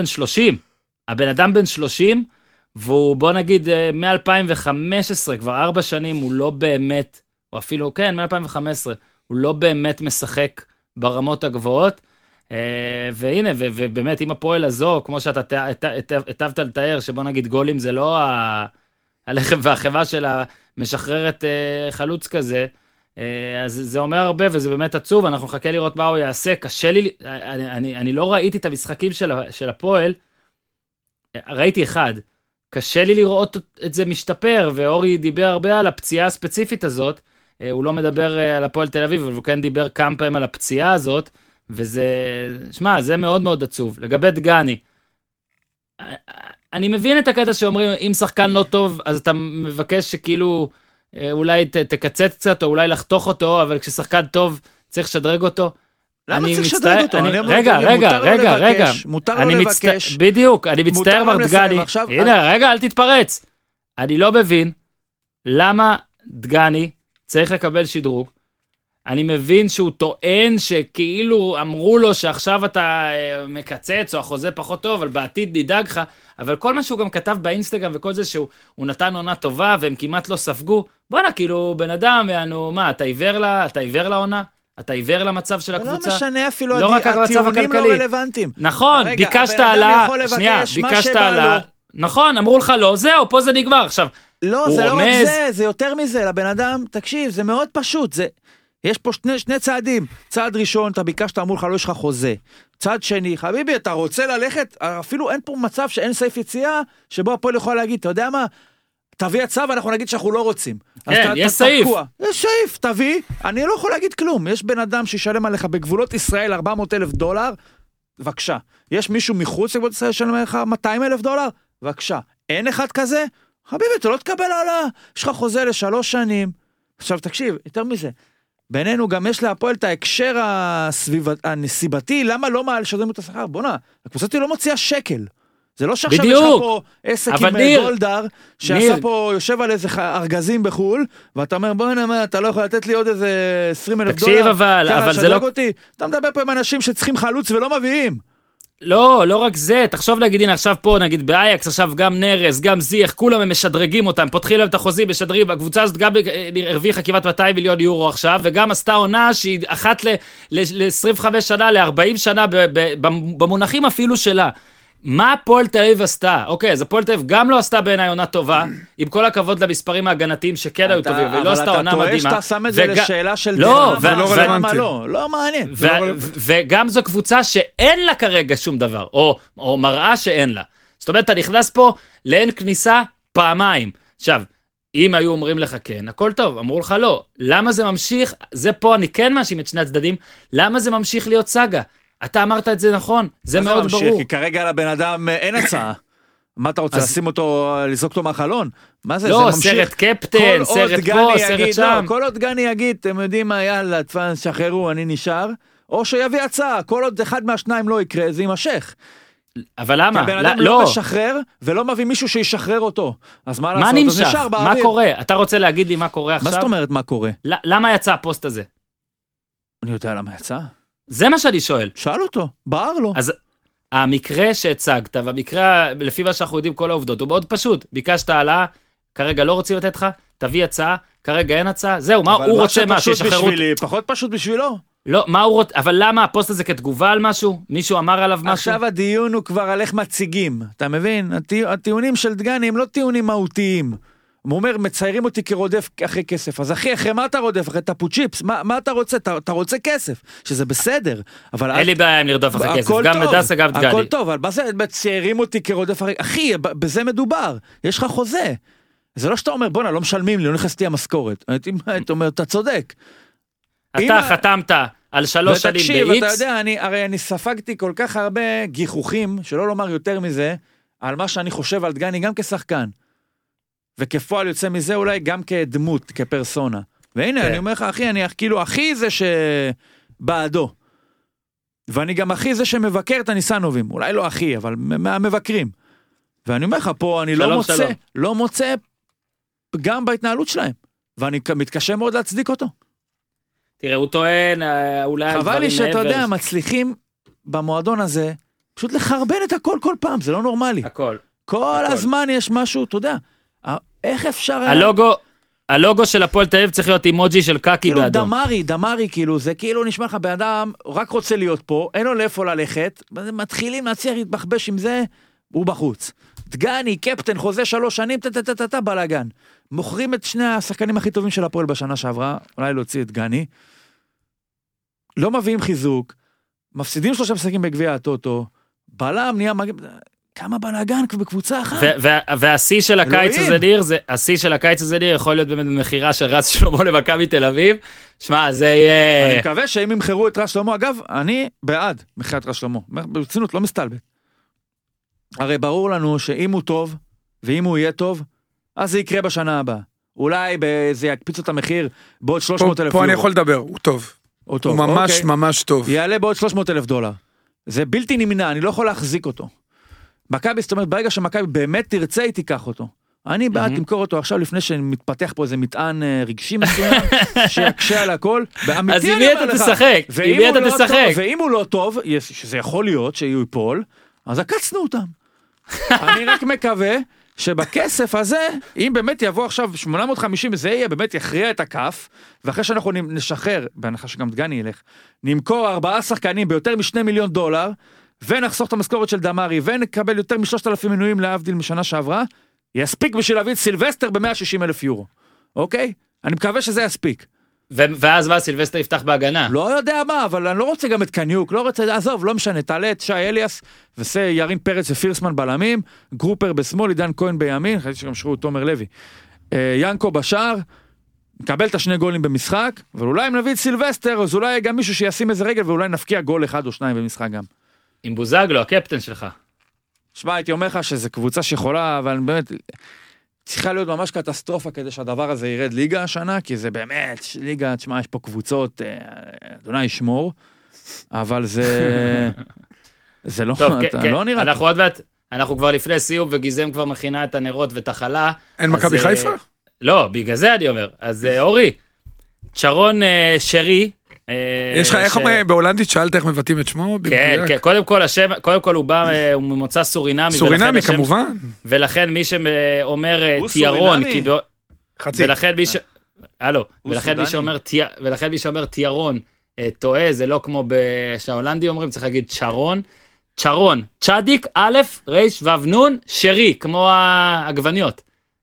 בן 30, והוא בוא נגיד מ-2015, כבר 4 שנים, הוא לא באמת, או אפילו כן, מ-2015, הוא לא באמת משחק ברמות הגבוהות, והנה, ובאמת עם הפועל הזו, כמו שאתה היטבת לתאר, שבוא נגיד גולים זה לא הלחם והחבה של המשחררת חלוץ כזה, אז זה אומר הרבה, וזה באמת עצוב, אנחנו נחכה לראות מה הוא יעשה, קשה לי, אני לא ראיתי את המשחקים של הפועל, ראיתי אחד, קשה לי לראות את זה משתפר, ואורי דיבר הרבה על הפציעה הספציפית הזאת, הוא לא מדבר על הפועל תל אביב, אבל הוא כן דיבר כמה פעמים על הפציעה הזאת, וזה, שמע, זה מאוד מאוד עצוב. לגבי דגני, אני מבין את הקטע שאומרים, אם שחקן לא טוב, אז אתה מבקש שכאילו, אולי תקצץ קצת, או אולי לחתוך אותו, אבל כששחקן טוב, צריך לשדרג אותו. למה צריך לשדרג אותו? רגע, מותר לו לבקש. בדיוק, אני מצטער מר דגני. הנה, רגע, אל תתפרץ. אני לא מבין למה דגני צריך לקבל שדרוג. אני מבין שהוא טוען שכאילו אמרו לו שעכשיו אתה מקצץ או החוזה פחות טוב, אבל בעתיד נדאג לך, אבל כל מה שהוא גם כתב באינסטגרם וכל זה שהוא נתן עונה טובה והם כמעט לא ספגו, בוא'נה, כאילו בן אדם, מה, אתה עיוור לעונה? אתה עיוור למצב של הקבוצה? לא משנה אפילו, לא רק המצב הטיעונים לא רלוונטיים. נכון, ביקשת העלה, שנייה, ביקשת העלה, נכון, אמרו לך לא, זהו, פה זה נגמר, עכשיו, לא, זה לא רק זה יותר מזה, לבן אדם, תקשיב, זה מאוד פשוט, יש פה שני צעדים, צעד ראשון, אתה ביקשת, אמרו לך, לא יש לך חוזה, צעד שני, חביבי, אתה רוצה ללכת, אפילו אין פה מצב שאין סעיף יציאה, שבו הפועל יכול להגיד, אתה יודע מה, תביא הצעה ואנחנו נגיד שאנחנו לא רוצים. כן, יש סעיף. יש סעיף, תביא, אני לא יכול להגיד כלום. יש בן אדם שישלם עליך בגבולות ישראל $400,000, בבקשה. יש מישהו מחוץ לגבולות ישראל שישלם עליך $200,000? בבקשה. אין אחד כזה? חביבי, אתה לא תקבל עלה. יש לך חוזה ל3 שנים. עכשיו תקשיב, יותר מזה. בינינו גם יש להפועל את ההקשר הנסיבתי, למה לא מעל שדרים את השכר? בונה, הקבוצה לא מוציאה שקל. זה לא שעכשיו יש לך פה עסק עם גולדר, שעשה פה, יושב על איזה ארגזים בחול, ואתה אומר, בוא נאמר, אתה לא יכול לתת לי עוד איזה $20,000. תקשיב אבל זה לא... אתה מדבר פה עם אנשים שצריכים חלוץ ולא מביאים. לא רק זה, תחשוב להגיד, הנה עכשיו פה, נגיד באייקס, עכשיו גם נרס, גם זיח, כולם הם משדרגים אותם, פותחים להם את החוזים, משדרים, הקבוצה הזאת גם הרוויחה כמעט 200 מיליון יורו עכשיו, וגם עשתה עונה שהיא אחת ל-25 שנה, ל-40 שנה, במונחים אפילו שלה. מה הפועל תל אביב עשתה? אוקיי, אז הפועל תל אביב גם לא עשתה בעיניי עונה טובה, עם כל הכבוד למספרים ההגנתיים שכן היו טובים, ולא עשתה עונה מדהימה. אבל אתה טועה שאתה שם את זה לשאלה של לא מעניין. וגם זו קבוצה שאין לה כרגע שום דבר, או מראה שאין לה. זאת אומרת, אתה נכנס פה לאין כניסה פעמיים. עכשיו, אם היו אומרים לך כן, הכל טוב, אמרו לך לא. למה זה ממשיך? זה פה אני כן מאשים את שני הצדדים. למה זה ממשיך להיות סאגה? אתה אמרת את זה נכון, זה מאוד ברור. כי כרגע לבן אדם אין הצעה. מה אתה רוצה, לשים אותו, לזרוק אותו מהחלון? מה זה? לא, סרט קפטן, סרט פה, סרט שם. כל עוד גני יגיד, אתם יודעים מה, יאללה, שחררו, אני נשאר, או שיביא הצעה, כל עוד אחד מהשניים לא יקרה, זה יימשך. אבל למה? כי הבן אדם לא משחרר, ולא מביא מישהו שישחרר אותו. אז מה לעשות? מה נמשך? מה קורה? אתה רוצה להגיד לי מה קורה עכשיו? מה זאת אומרת מה קורה? למה יצא הפוסט הזה? אני יודע למה יצא. זה מה שאני שואל. שאל אותו, בער לו. אז המקרה שהצגת, והמקרה, לפי מה שאנחנו יודעים כל העובדות, הוא מאוד פשוט. ביקשת העלאה, כרגע לא רוצים לתת לך, תביא הצעה, כרגע אין הצעה, זהו, מה הוא רוצה מה, שישחררו? פחות פשוט בשבילו. לא, מה הוא רוצה, אבל למה הפוסט הזה כתגובה על משהו? מישהו אמר עליו משהו? עכשיו הדיון הוא כבר על איך מציגים, אתה מבין? הטיעונים של דגני הם לא טיעונים מהותיים. הוא אומר, מציירים אותי כרודף אחרי כסף. אז אחי מה אתה רודף? אחרי טפו צ'יפס? מה אתה רוצה? אתה רוצה כסף, שזה בסדר. אין לי בעיה אם לרדוף אחרי כסף, גם מדס אגב דגני. הכל טוב, אבל מציירים אותי כרודף אחרי... אחי, בזה מדובר. יש לך חוזה. זה לא שאתה אומר, בוא, לא משלמים לי, לא נכנסתי המשכורת. אתה אומר, אתה צודק. אתה חתמת על 3 שנים ב-X. אתה יודע, הרי אני ספגתי כל כך הרבה גיחוכים, שלא לומר יותר מזה, על מה שאני חושב על דגני, גם כשחקן. וכפועל יוצא מזה אולי גם כדמות, כפרסונה. והנה, אני אומר לך, אחי, אני כאילו הכי זה שבעדו. ואני גם הכי זה שמבקר את הניסנובים. אולי לא הכי, אבל מהמבקרים. ואני אומר לך, פה אני לא מוצא גם בהתנהלות שלהם. ואני מתקשה מאוד להצדיק אותו. תראה, הוא טוען, אולי... חבל לי שאתה יודע, מצליחים במועדון הזה, פשוט לחרבן את הכל כל פעם, זה לא נורמלי. הכל. כל הזמן יש משהו, אתה יודע, איך אפשר... הלוגו של הפועל תל אביב צריך להיות אימוג'י של קקי באדום. דמרי, כאילו, זה כאילו נשמע לך באדם, רק רוצה להיות פה, אין לו לאיפה ללכת, מתחילים להצליח להתבחבש עם זה, הוא בחוץ. דגני, קפטן, חוזה 3 שנים, בלגן. מוכרים את שני השחקנים הכי טובים של הפועל בשנה שעברה, אולי להוציא את דגני, לא מביאים חיזוק, מפסידים 3 משחקים בגביע הטוטו, בלם נהיה כמה בלגן בקבוצה אחת. והשיא של הקיץ הזה ניר, השיא של הקיץ הזה ניר יכול להיות באמת במחירה של רז שלמה למכבי תל אביב. שמע, זה יהיה... אני מקווה שאם ימחרו את רז שלמה, אגב, אני בעד מחירת רז שלמה. ברצינות, לא מסתלבט. הרי ברור לנו שאם הוא טוב, ואם הוא יהיה טוב, אז זה יקרה בשנה הבאה. אולי זה יקפיץ את המחיר בעוד 300,000 יורו. פה אני יכול לדבר, הוא טוב. הוא ממש ממש טוב. יעלה בעוד $300,000. זה בלתי נמנע, אני לא יכול להחזיק אותו. מכבי, זאת אומרת, ברגע שמכבי באמת תרצה, היא תיקח אותו. אני בעד תמכור אותו עכשיו, לפני שמתפתח פה איזה מטען רגשי מסוים, שיקשה על הכל. אז עם מי אתה תשחק? ואם הוא לא טוב, שזה יכול להיות שהוא ייפול, אז עקצנו אותם. אני רק מקווה שבכסף הזה, אם באמת יבוא עכשיו 850, זה יהיה, באמת יכריע את הכף, ואחרי שאנחנו נשחרר, בהנחה שגם דגני ילך, נמכור 4 שחקנים ביותר $2 מיליון, ונחסוך את המשכורת של דמרי, ונקבל יותר מ3,000 מנויים להבדיל משנה שעברה, יספיק בשביל להביא את סילבסטר ב160,000 יורו. אוקיי? אני מקווה שזה יספיק. ואז מה, סילבסטר יפתח בהגנה? לא יודע מה, אבל אני לא רוצה גם את קניוק, לא רוצה, עזוב, לא משנה, תעלה את שי אליאס, ירין פרץ ופירסמן בלמים, גרופר בשמאל, עידן כהן בימין, חייתי שגם שרו תומר לוי. ינקו בשער, מקבל את השני גולים במשחק, אבל אולי אם נביא את סילבסטר, אז אולי גם מישהו שישים איזה רגל, ואולי נפקיע גול 1 או 2 במשחק גם. עם בוזגלו, הקפטן שלך. שמע, הייתי אומר לך שזו קבוצה שיכולה, אבל באמת, צריכה להיות ממש קטסטרופה כדי שהדבר הזה ירד ליגה השנה, כי זה באמת, ליגה, תשמע, יש פה קבוצות, אדוני ישמור, אבל זה לא, טוב, לא נראה. אנחנו עוד מעט, אנחנו כבר לפני סיום, וגיזם כבר מכינה את הנרות ותחלה. אין מכבי חיפה? לא, בגלל זה אני אומר. אז אורי, צ'רון שרי, יש לך, איך אומר, בהולנדית שאלת איך מבטאים את שמו? כן, כן, קודם כל הוא בא, הוא ממוצא סורינמי. סורינמי כמובן. ולכן מי שאומר תיארון, חצי. ולכן מי שאומר תיארון, טועה, זה לא כמו שההולנדי אומרים, צריך להגיד צ'רון, צ'רון, צ'דיק, א', ר', ו', נ', שרי, כמו העגבניות.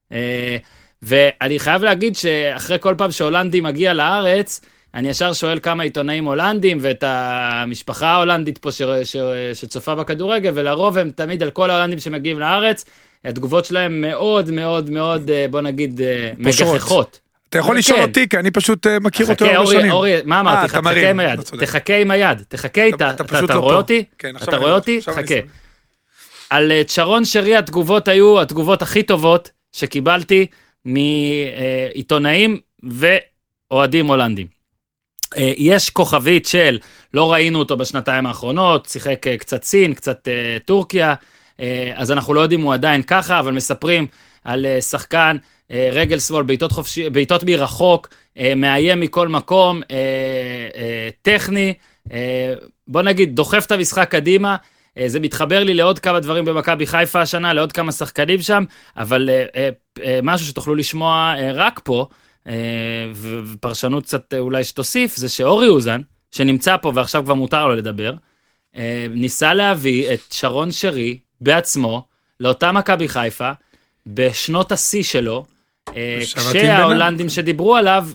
ואני חייב להגיד שאחרי כל פעם שהולנדי מגיע לארץ, אני ישר שואל כמה עיתונאים הולנדים, ואת המשפחה ההולנדית פה שצופה בכדורגל, ולרוב הם תמיד על כל ההולנדים שמגיעים לארץ, התגובות שלהם מאוד מאוד מאוד, בוא נגיד, מגחכות. אתה יכול לשאול אותי, כי אני פשוט מכיר אותו הרבה שנים. אורי, מה אמרתי לך? תחכה עם היד. תחכה עם היד. תחכה איתה. אתה רואה אותי? אתה רואה אותי? תחכה. על צ'רון שרי התגובות היו התגובות הכי טובות שקיבלתי מעיתונאים ואוהדים הולנדים. יש כוכבית של, לא ראינו אותו בשנתיים האחרונות, שיחק קצת סין, קצת טורקיה, אז אנחנו לא יודעים הוא עדיין ככה, אבל מספרים על שחקן, רגל שמאל, בעיטות מרחוק, מאיים מכל מקום, טכני, בוא נגיד, דוחף את המשחק קדימה, זה מתחבר לי לעוד כמה דברים במכבי חיפה השנה, לעוד כמה שחקנים שם, אבל משהו שתוכלו לשמוע רק פה, ופרשנות קצת אולי שתוסיף, זה שאורי אוזן, שנמצא פה ועכשיו כבר מותר לו לדבר, ניסה להביא את שרון שרי בעצמו, לאותה מכבי חיפה, בשנות השיא שלו, כשההולנדים שדיברו עליו,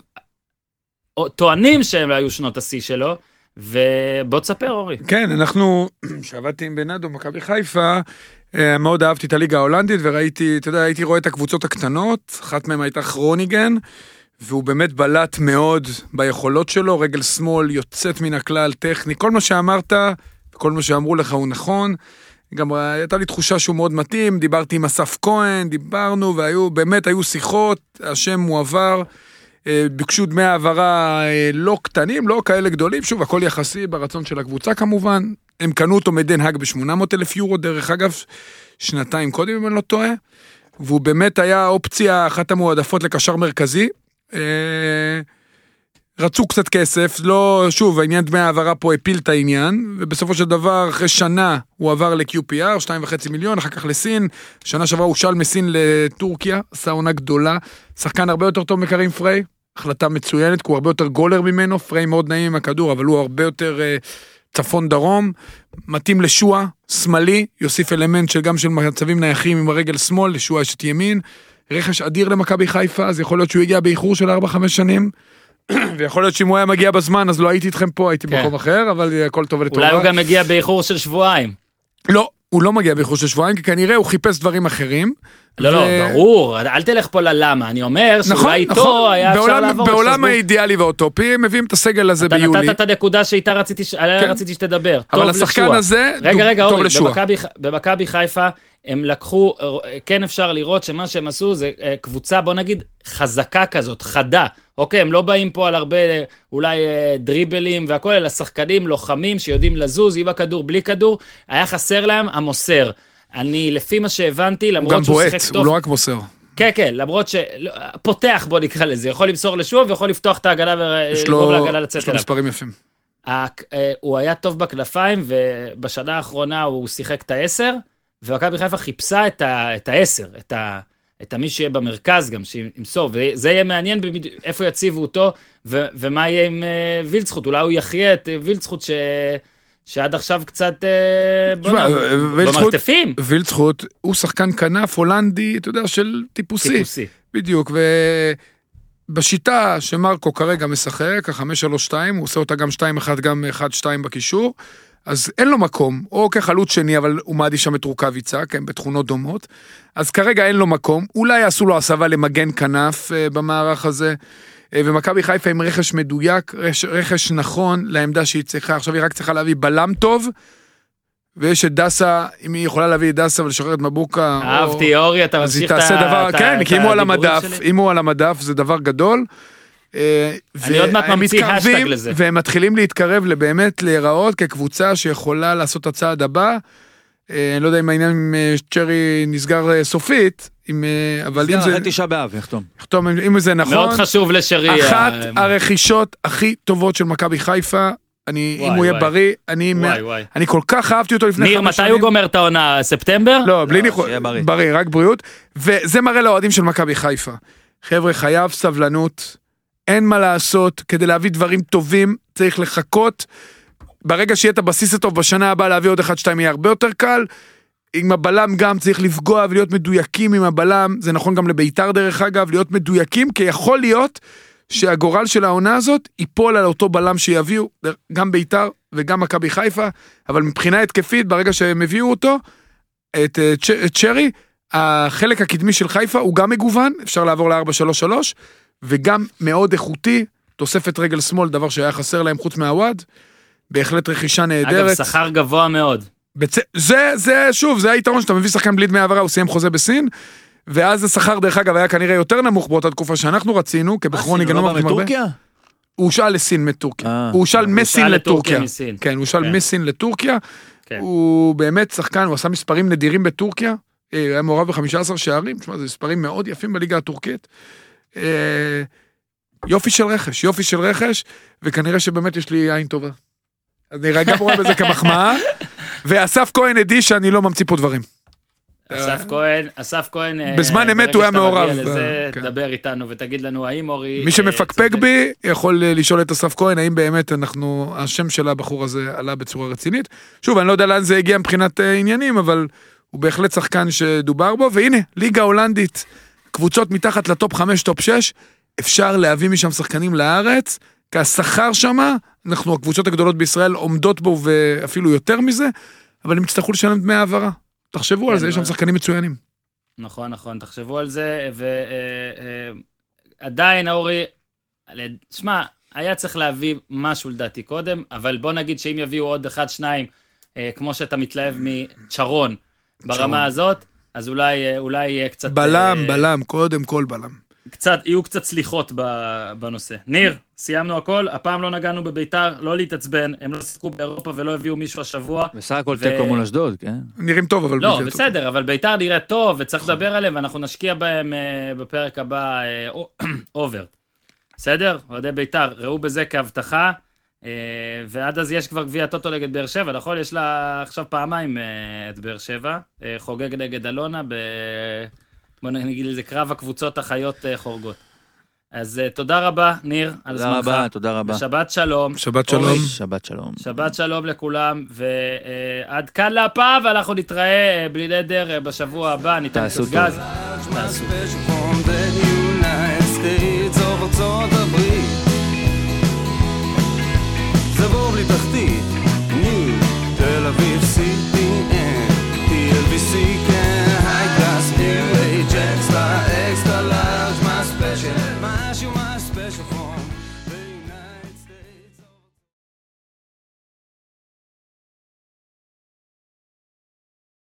טוענים שהם לא היו שנות השיא שלו, ובוא תספר אורי. כן, אנחנו, שעבדתי עם בנאדו מכבי חיפה, מאוד אהבתי את הליגה ההולנדית, וראיתי, אתה יודע, הייתי רואה את הקבוצות הקטנות, אחת מהן הייתה כרוניגן, והוא באמת בלט מאוד ביכולות שלו, רגל שמאל יוצאת מן הכלל, טכני, כל מה שאמרת, כל מה שאמרו לך הוא נכון, גם הייתה לי תחושה שהוא מאוד מתאים, דיברתי עם אסף כהן, דיברנו, ובאמת היו שיחות, השם מועבר, ביקשו דמי העברה לא קטנים, לא כאלה גדולים, שוב, הכל יחסי ברצון של הקבוצה כמובן, הם קנו אותו מדן האג ב-800,000 יורו, דרך אגב, שנתיים קודם אם אני לא טועה, והוא באמת היה אופציה אחת המועדפות לקשר מרכזי, רצו קצת כסף, לא, שוב, העניין דמי העברה פה הפיל את העניין, ובסופו של דבר, אחרי שנה, הוא עבר ל-QPR, 2.5 מיליון, אחר כך לסין, שנה שעברה הוא של מסין לטורקיה, עשה עונה גדולה, שחקן הרבה יותר טוב מקרים פריי, החלטה מצוינת, כי הוא הרבה יותר גולר ממנו, פריי מאוד נעים עם הכדור, אבל הוא הרבה יותר צפון דרום, מתאים לשועה, שמאלי, יוסיף אלמנט של גם של מצבים נייחים עם הרגל שמאל, לשועה יש את ימין, רכש אדיר למכבי חיפה, אז יכול להיות שהוא הגיע באיחור של 4-5 שנים, ויכול להיות שאם הוא היה מגיע בזמן, אז לא הייתי איתכם פה, הייתי במקום אחר, אבל הכל טוב ולטובה. אולי הוא גם מגיע באיחור של שבועיים. לא, הוא לא מגיע באיחור של שבועיים, כי כנראה הוא חיפש דברים אחרים. לא, ברור, אל תלך פה ללמה, אני אומר שאולי איתו היה אפשר לעבור. בעולם האידיאלי והאוטופי, הם מביאים את הסגל הזה ביולי. אתה נתת את הנקודה שאיתה רציתי שתדבר. אבל השחקן הזה, רגע, אורי, במכבי חיפה, הם לקחו, כן אפשר לראות שמה שהם עשו זה קבוצה, בוא נגיד, חזקה כזאת, חדה. אוקיי, הם לא באים פה על הרבה, אולי דריבלים והכל, אלא שחקנים, לוחמים שיודעים לזוז, עם הכדור, בלי כדור, היה חסר להם המוסר. אני, לפי מה שהבנתי, למרות שהוא שיחק טוב... הוא גם בועט, הוא לא רק מוסר. כן, כן, למרות פותח, בוא נקרא לזה, יכול למסור לשוב, ויכול לפתוח את העגלה ולגרום לעגלה לצאת אליו. יש לו מספרים יפים. הוא היה טוב בכנפיים, ובשנה האחרונה הוא שיחק את ה-10, ומכבי חיפה חיפשה את ה-10, את מי שיהיה במרכז גם, שימסור, וזה יהיה מעניין איפה יציבו אותו, ומה יהיה עם וילצחוט, אולי הוא יחיה את וילצחוט שעד עכשיו קצת במרתפים. וילצחוט הוא שחקן כנף הולנדי, אתה יודע, של טיפוסי. בדיוק, בשיטה שמרקו כרגע משחק, ה-5-3-2, הוא עושה אותה גם 2-1, גם 1-2 בקישור, אז אין לו מקום, או כחלוץ שני, אבל הוא מעדיף שם את רוקאביצה, כן, בתכונות דומות, אז כרגע אין לו מקום, אולי יעשו לו הסבה למגן כנף במערך הזה, ומכבי חיפה עם רכש מדויק, רכש נכון לעמדה שהיא צריכה, עכשיו היא רק צריכה להביא בלם טוב, ויש את דסה, אם היא יכולה להביא את דסה ולשחרר את מבוקה, אהבתי, אורי, אתה ממשיך את הדיבורים שלי. כן, כי אם הוא על המדף, זה דבר גדול. אני עוד מעט ממציא השטג לזה. והם מתחילים להתקרב לבאמת להיראות כקבוצה שיכולה לעשות את הצעד הבא. אני לא יודע אם העניין עם צ'רי נסגר סופית, אבל אם זה... אחרי 9 באב, יחתום, אם זה נכון. מאוד חשוב לשרי. אחת הרכישות הכי טובות של מכבי חיפה, אם הוא יהיה בריא, אני כל כך אהבתי אותו לפני 5 שנים. ניר, מתי הוא גומר את העונה? ספטמבר? לא, בלי ניחוש, בריא, רק בריאות. וזה מראה לאוהדים של מכבי חיפה. חבר'ה, חייב סבלנות, אין מה לעשות, כדי להביא דברים טובים, צריך לחכות. ברגע שיהיה את הבסיס הטוב, בשנה הבאה להביא עוד 1-2 יהיה הרבה יותר קל. עם הבלם גם צריך לפגוע ולהיות מדויקים עם הבלם, זה נכון גם לביתר דרך אגב, להיות מדויקים, כי יכול להיות שהגורל של העונה הזאת ייפול על אותו בלם שיביאו, גם ביתר וגם מכבי חיפה, אבל מבחינה התקפית, ברגע שהם הביאו אותו, את צ'רי, החלק הקדמי של חיפה הוא גם מגוון, אפשר לעבור ל-4-3-3, וגם מאוד איכותי, תוספת רגל שמאל, דבר שהיה חסר להם חוץ מהוואד, בהחלט רכישה נהדרת. אגב, שכר גבוה מאוד. שוב, זה היתרון שאתה מביא שחקן בלי דמי העברה, הוא סיים חוזה בסין, ואז השכר דרך אגב היה כנראה יותר נמוך באותה תקופה שאנחנו רצינו, כבחרוני גנום הרבה. מטורקיה? הוא הושאל לסין מטורקיה. הוא הושאל מסין לטורקיה. כן, הוא הושאל מסין לטורקיה. הוא באמת שחקן, הוא עשה מספרים נדירים בטורקיה, היה מעורב ב15 שערים, זה מספרים מאוד יפים בליגה הטורקית. יופי של רכש, וכנראה שבאמת יש לי עין טובה. אז אני רגע רואה בזה כמחמאה, ואסף כהן עדי שאני לא ממציא פה דברים. אסף כהן, בזמן אמת הוא היה מעורב. תדבר איתנו ותגיד לנו האם אורי... מי שמפקפק בי יכול לשאול את אסף כהן, האם באמת השם של הבחור הזה עלה בצורה רצינית. שוב, אני לא יודע לאן זה הגיע מבחינת עניינים, אבל הוא בהחלט שחקן שדובר בו, והנה, ליגה הולנדית, קבוצות מתחת לטופ 5, טופ 6, אפשר להביא משם שחקנים לארץ, כי השכר שמה, הקבוצות הגדולות בישראל עומדות בו ואפילו יותר מזה, אבל הם יצטרכו לשלם דמי העברה. תחשבו על זה, יש שם שחקנים מצוינים. נכון, תחשבו על זה, ועדיין, אורי, שמע, היה צריך להביא משהו לדעתי קודם, אבל בוא נגיד שאם יביאו עוד 1-2, כמו שאתה מתלהב מצ'רון, ברמה הזאת, אז אולי יהיה קצת... בלם, קודם כל בלם. יהיו קצת סליחות בנושא. ניר, סיימנו הכל, הפעם לא נגענו בביתר, לא להתעצבן, הם לא שיחקו באירופה ולא הביאו מישהו השבוע. בסך הכל תיקו מול אשדוד, כן? נראים טוב, אבל... לא, בסדר, אבל ביתר נראה טוב, וצריך לדבר עליהם, ואנחנו נשקיע בהם בפרק הבא אובר. בסדר? אוהדי ביתר, ראו בזה כהבטחה, ועד אז יש כבר גביע טוטו נגד באר שבע, נכון? יש לה עכשיו פעמיים את באר שבע, חוגג נגד אלונה, בוא נגיד לזה קרב הקבוצות החיות חורגות. אז תודה רבה, ניר, על זמנך. תודה רבה. שבת שלום. שבת שלום לכולם, ועד כאן להפעם, ואנחנו נתראה בלי נדר בשבוע הבא, ניתן קצת גז. תעשו.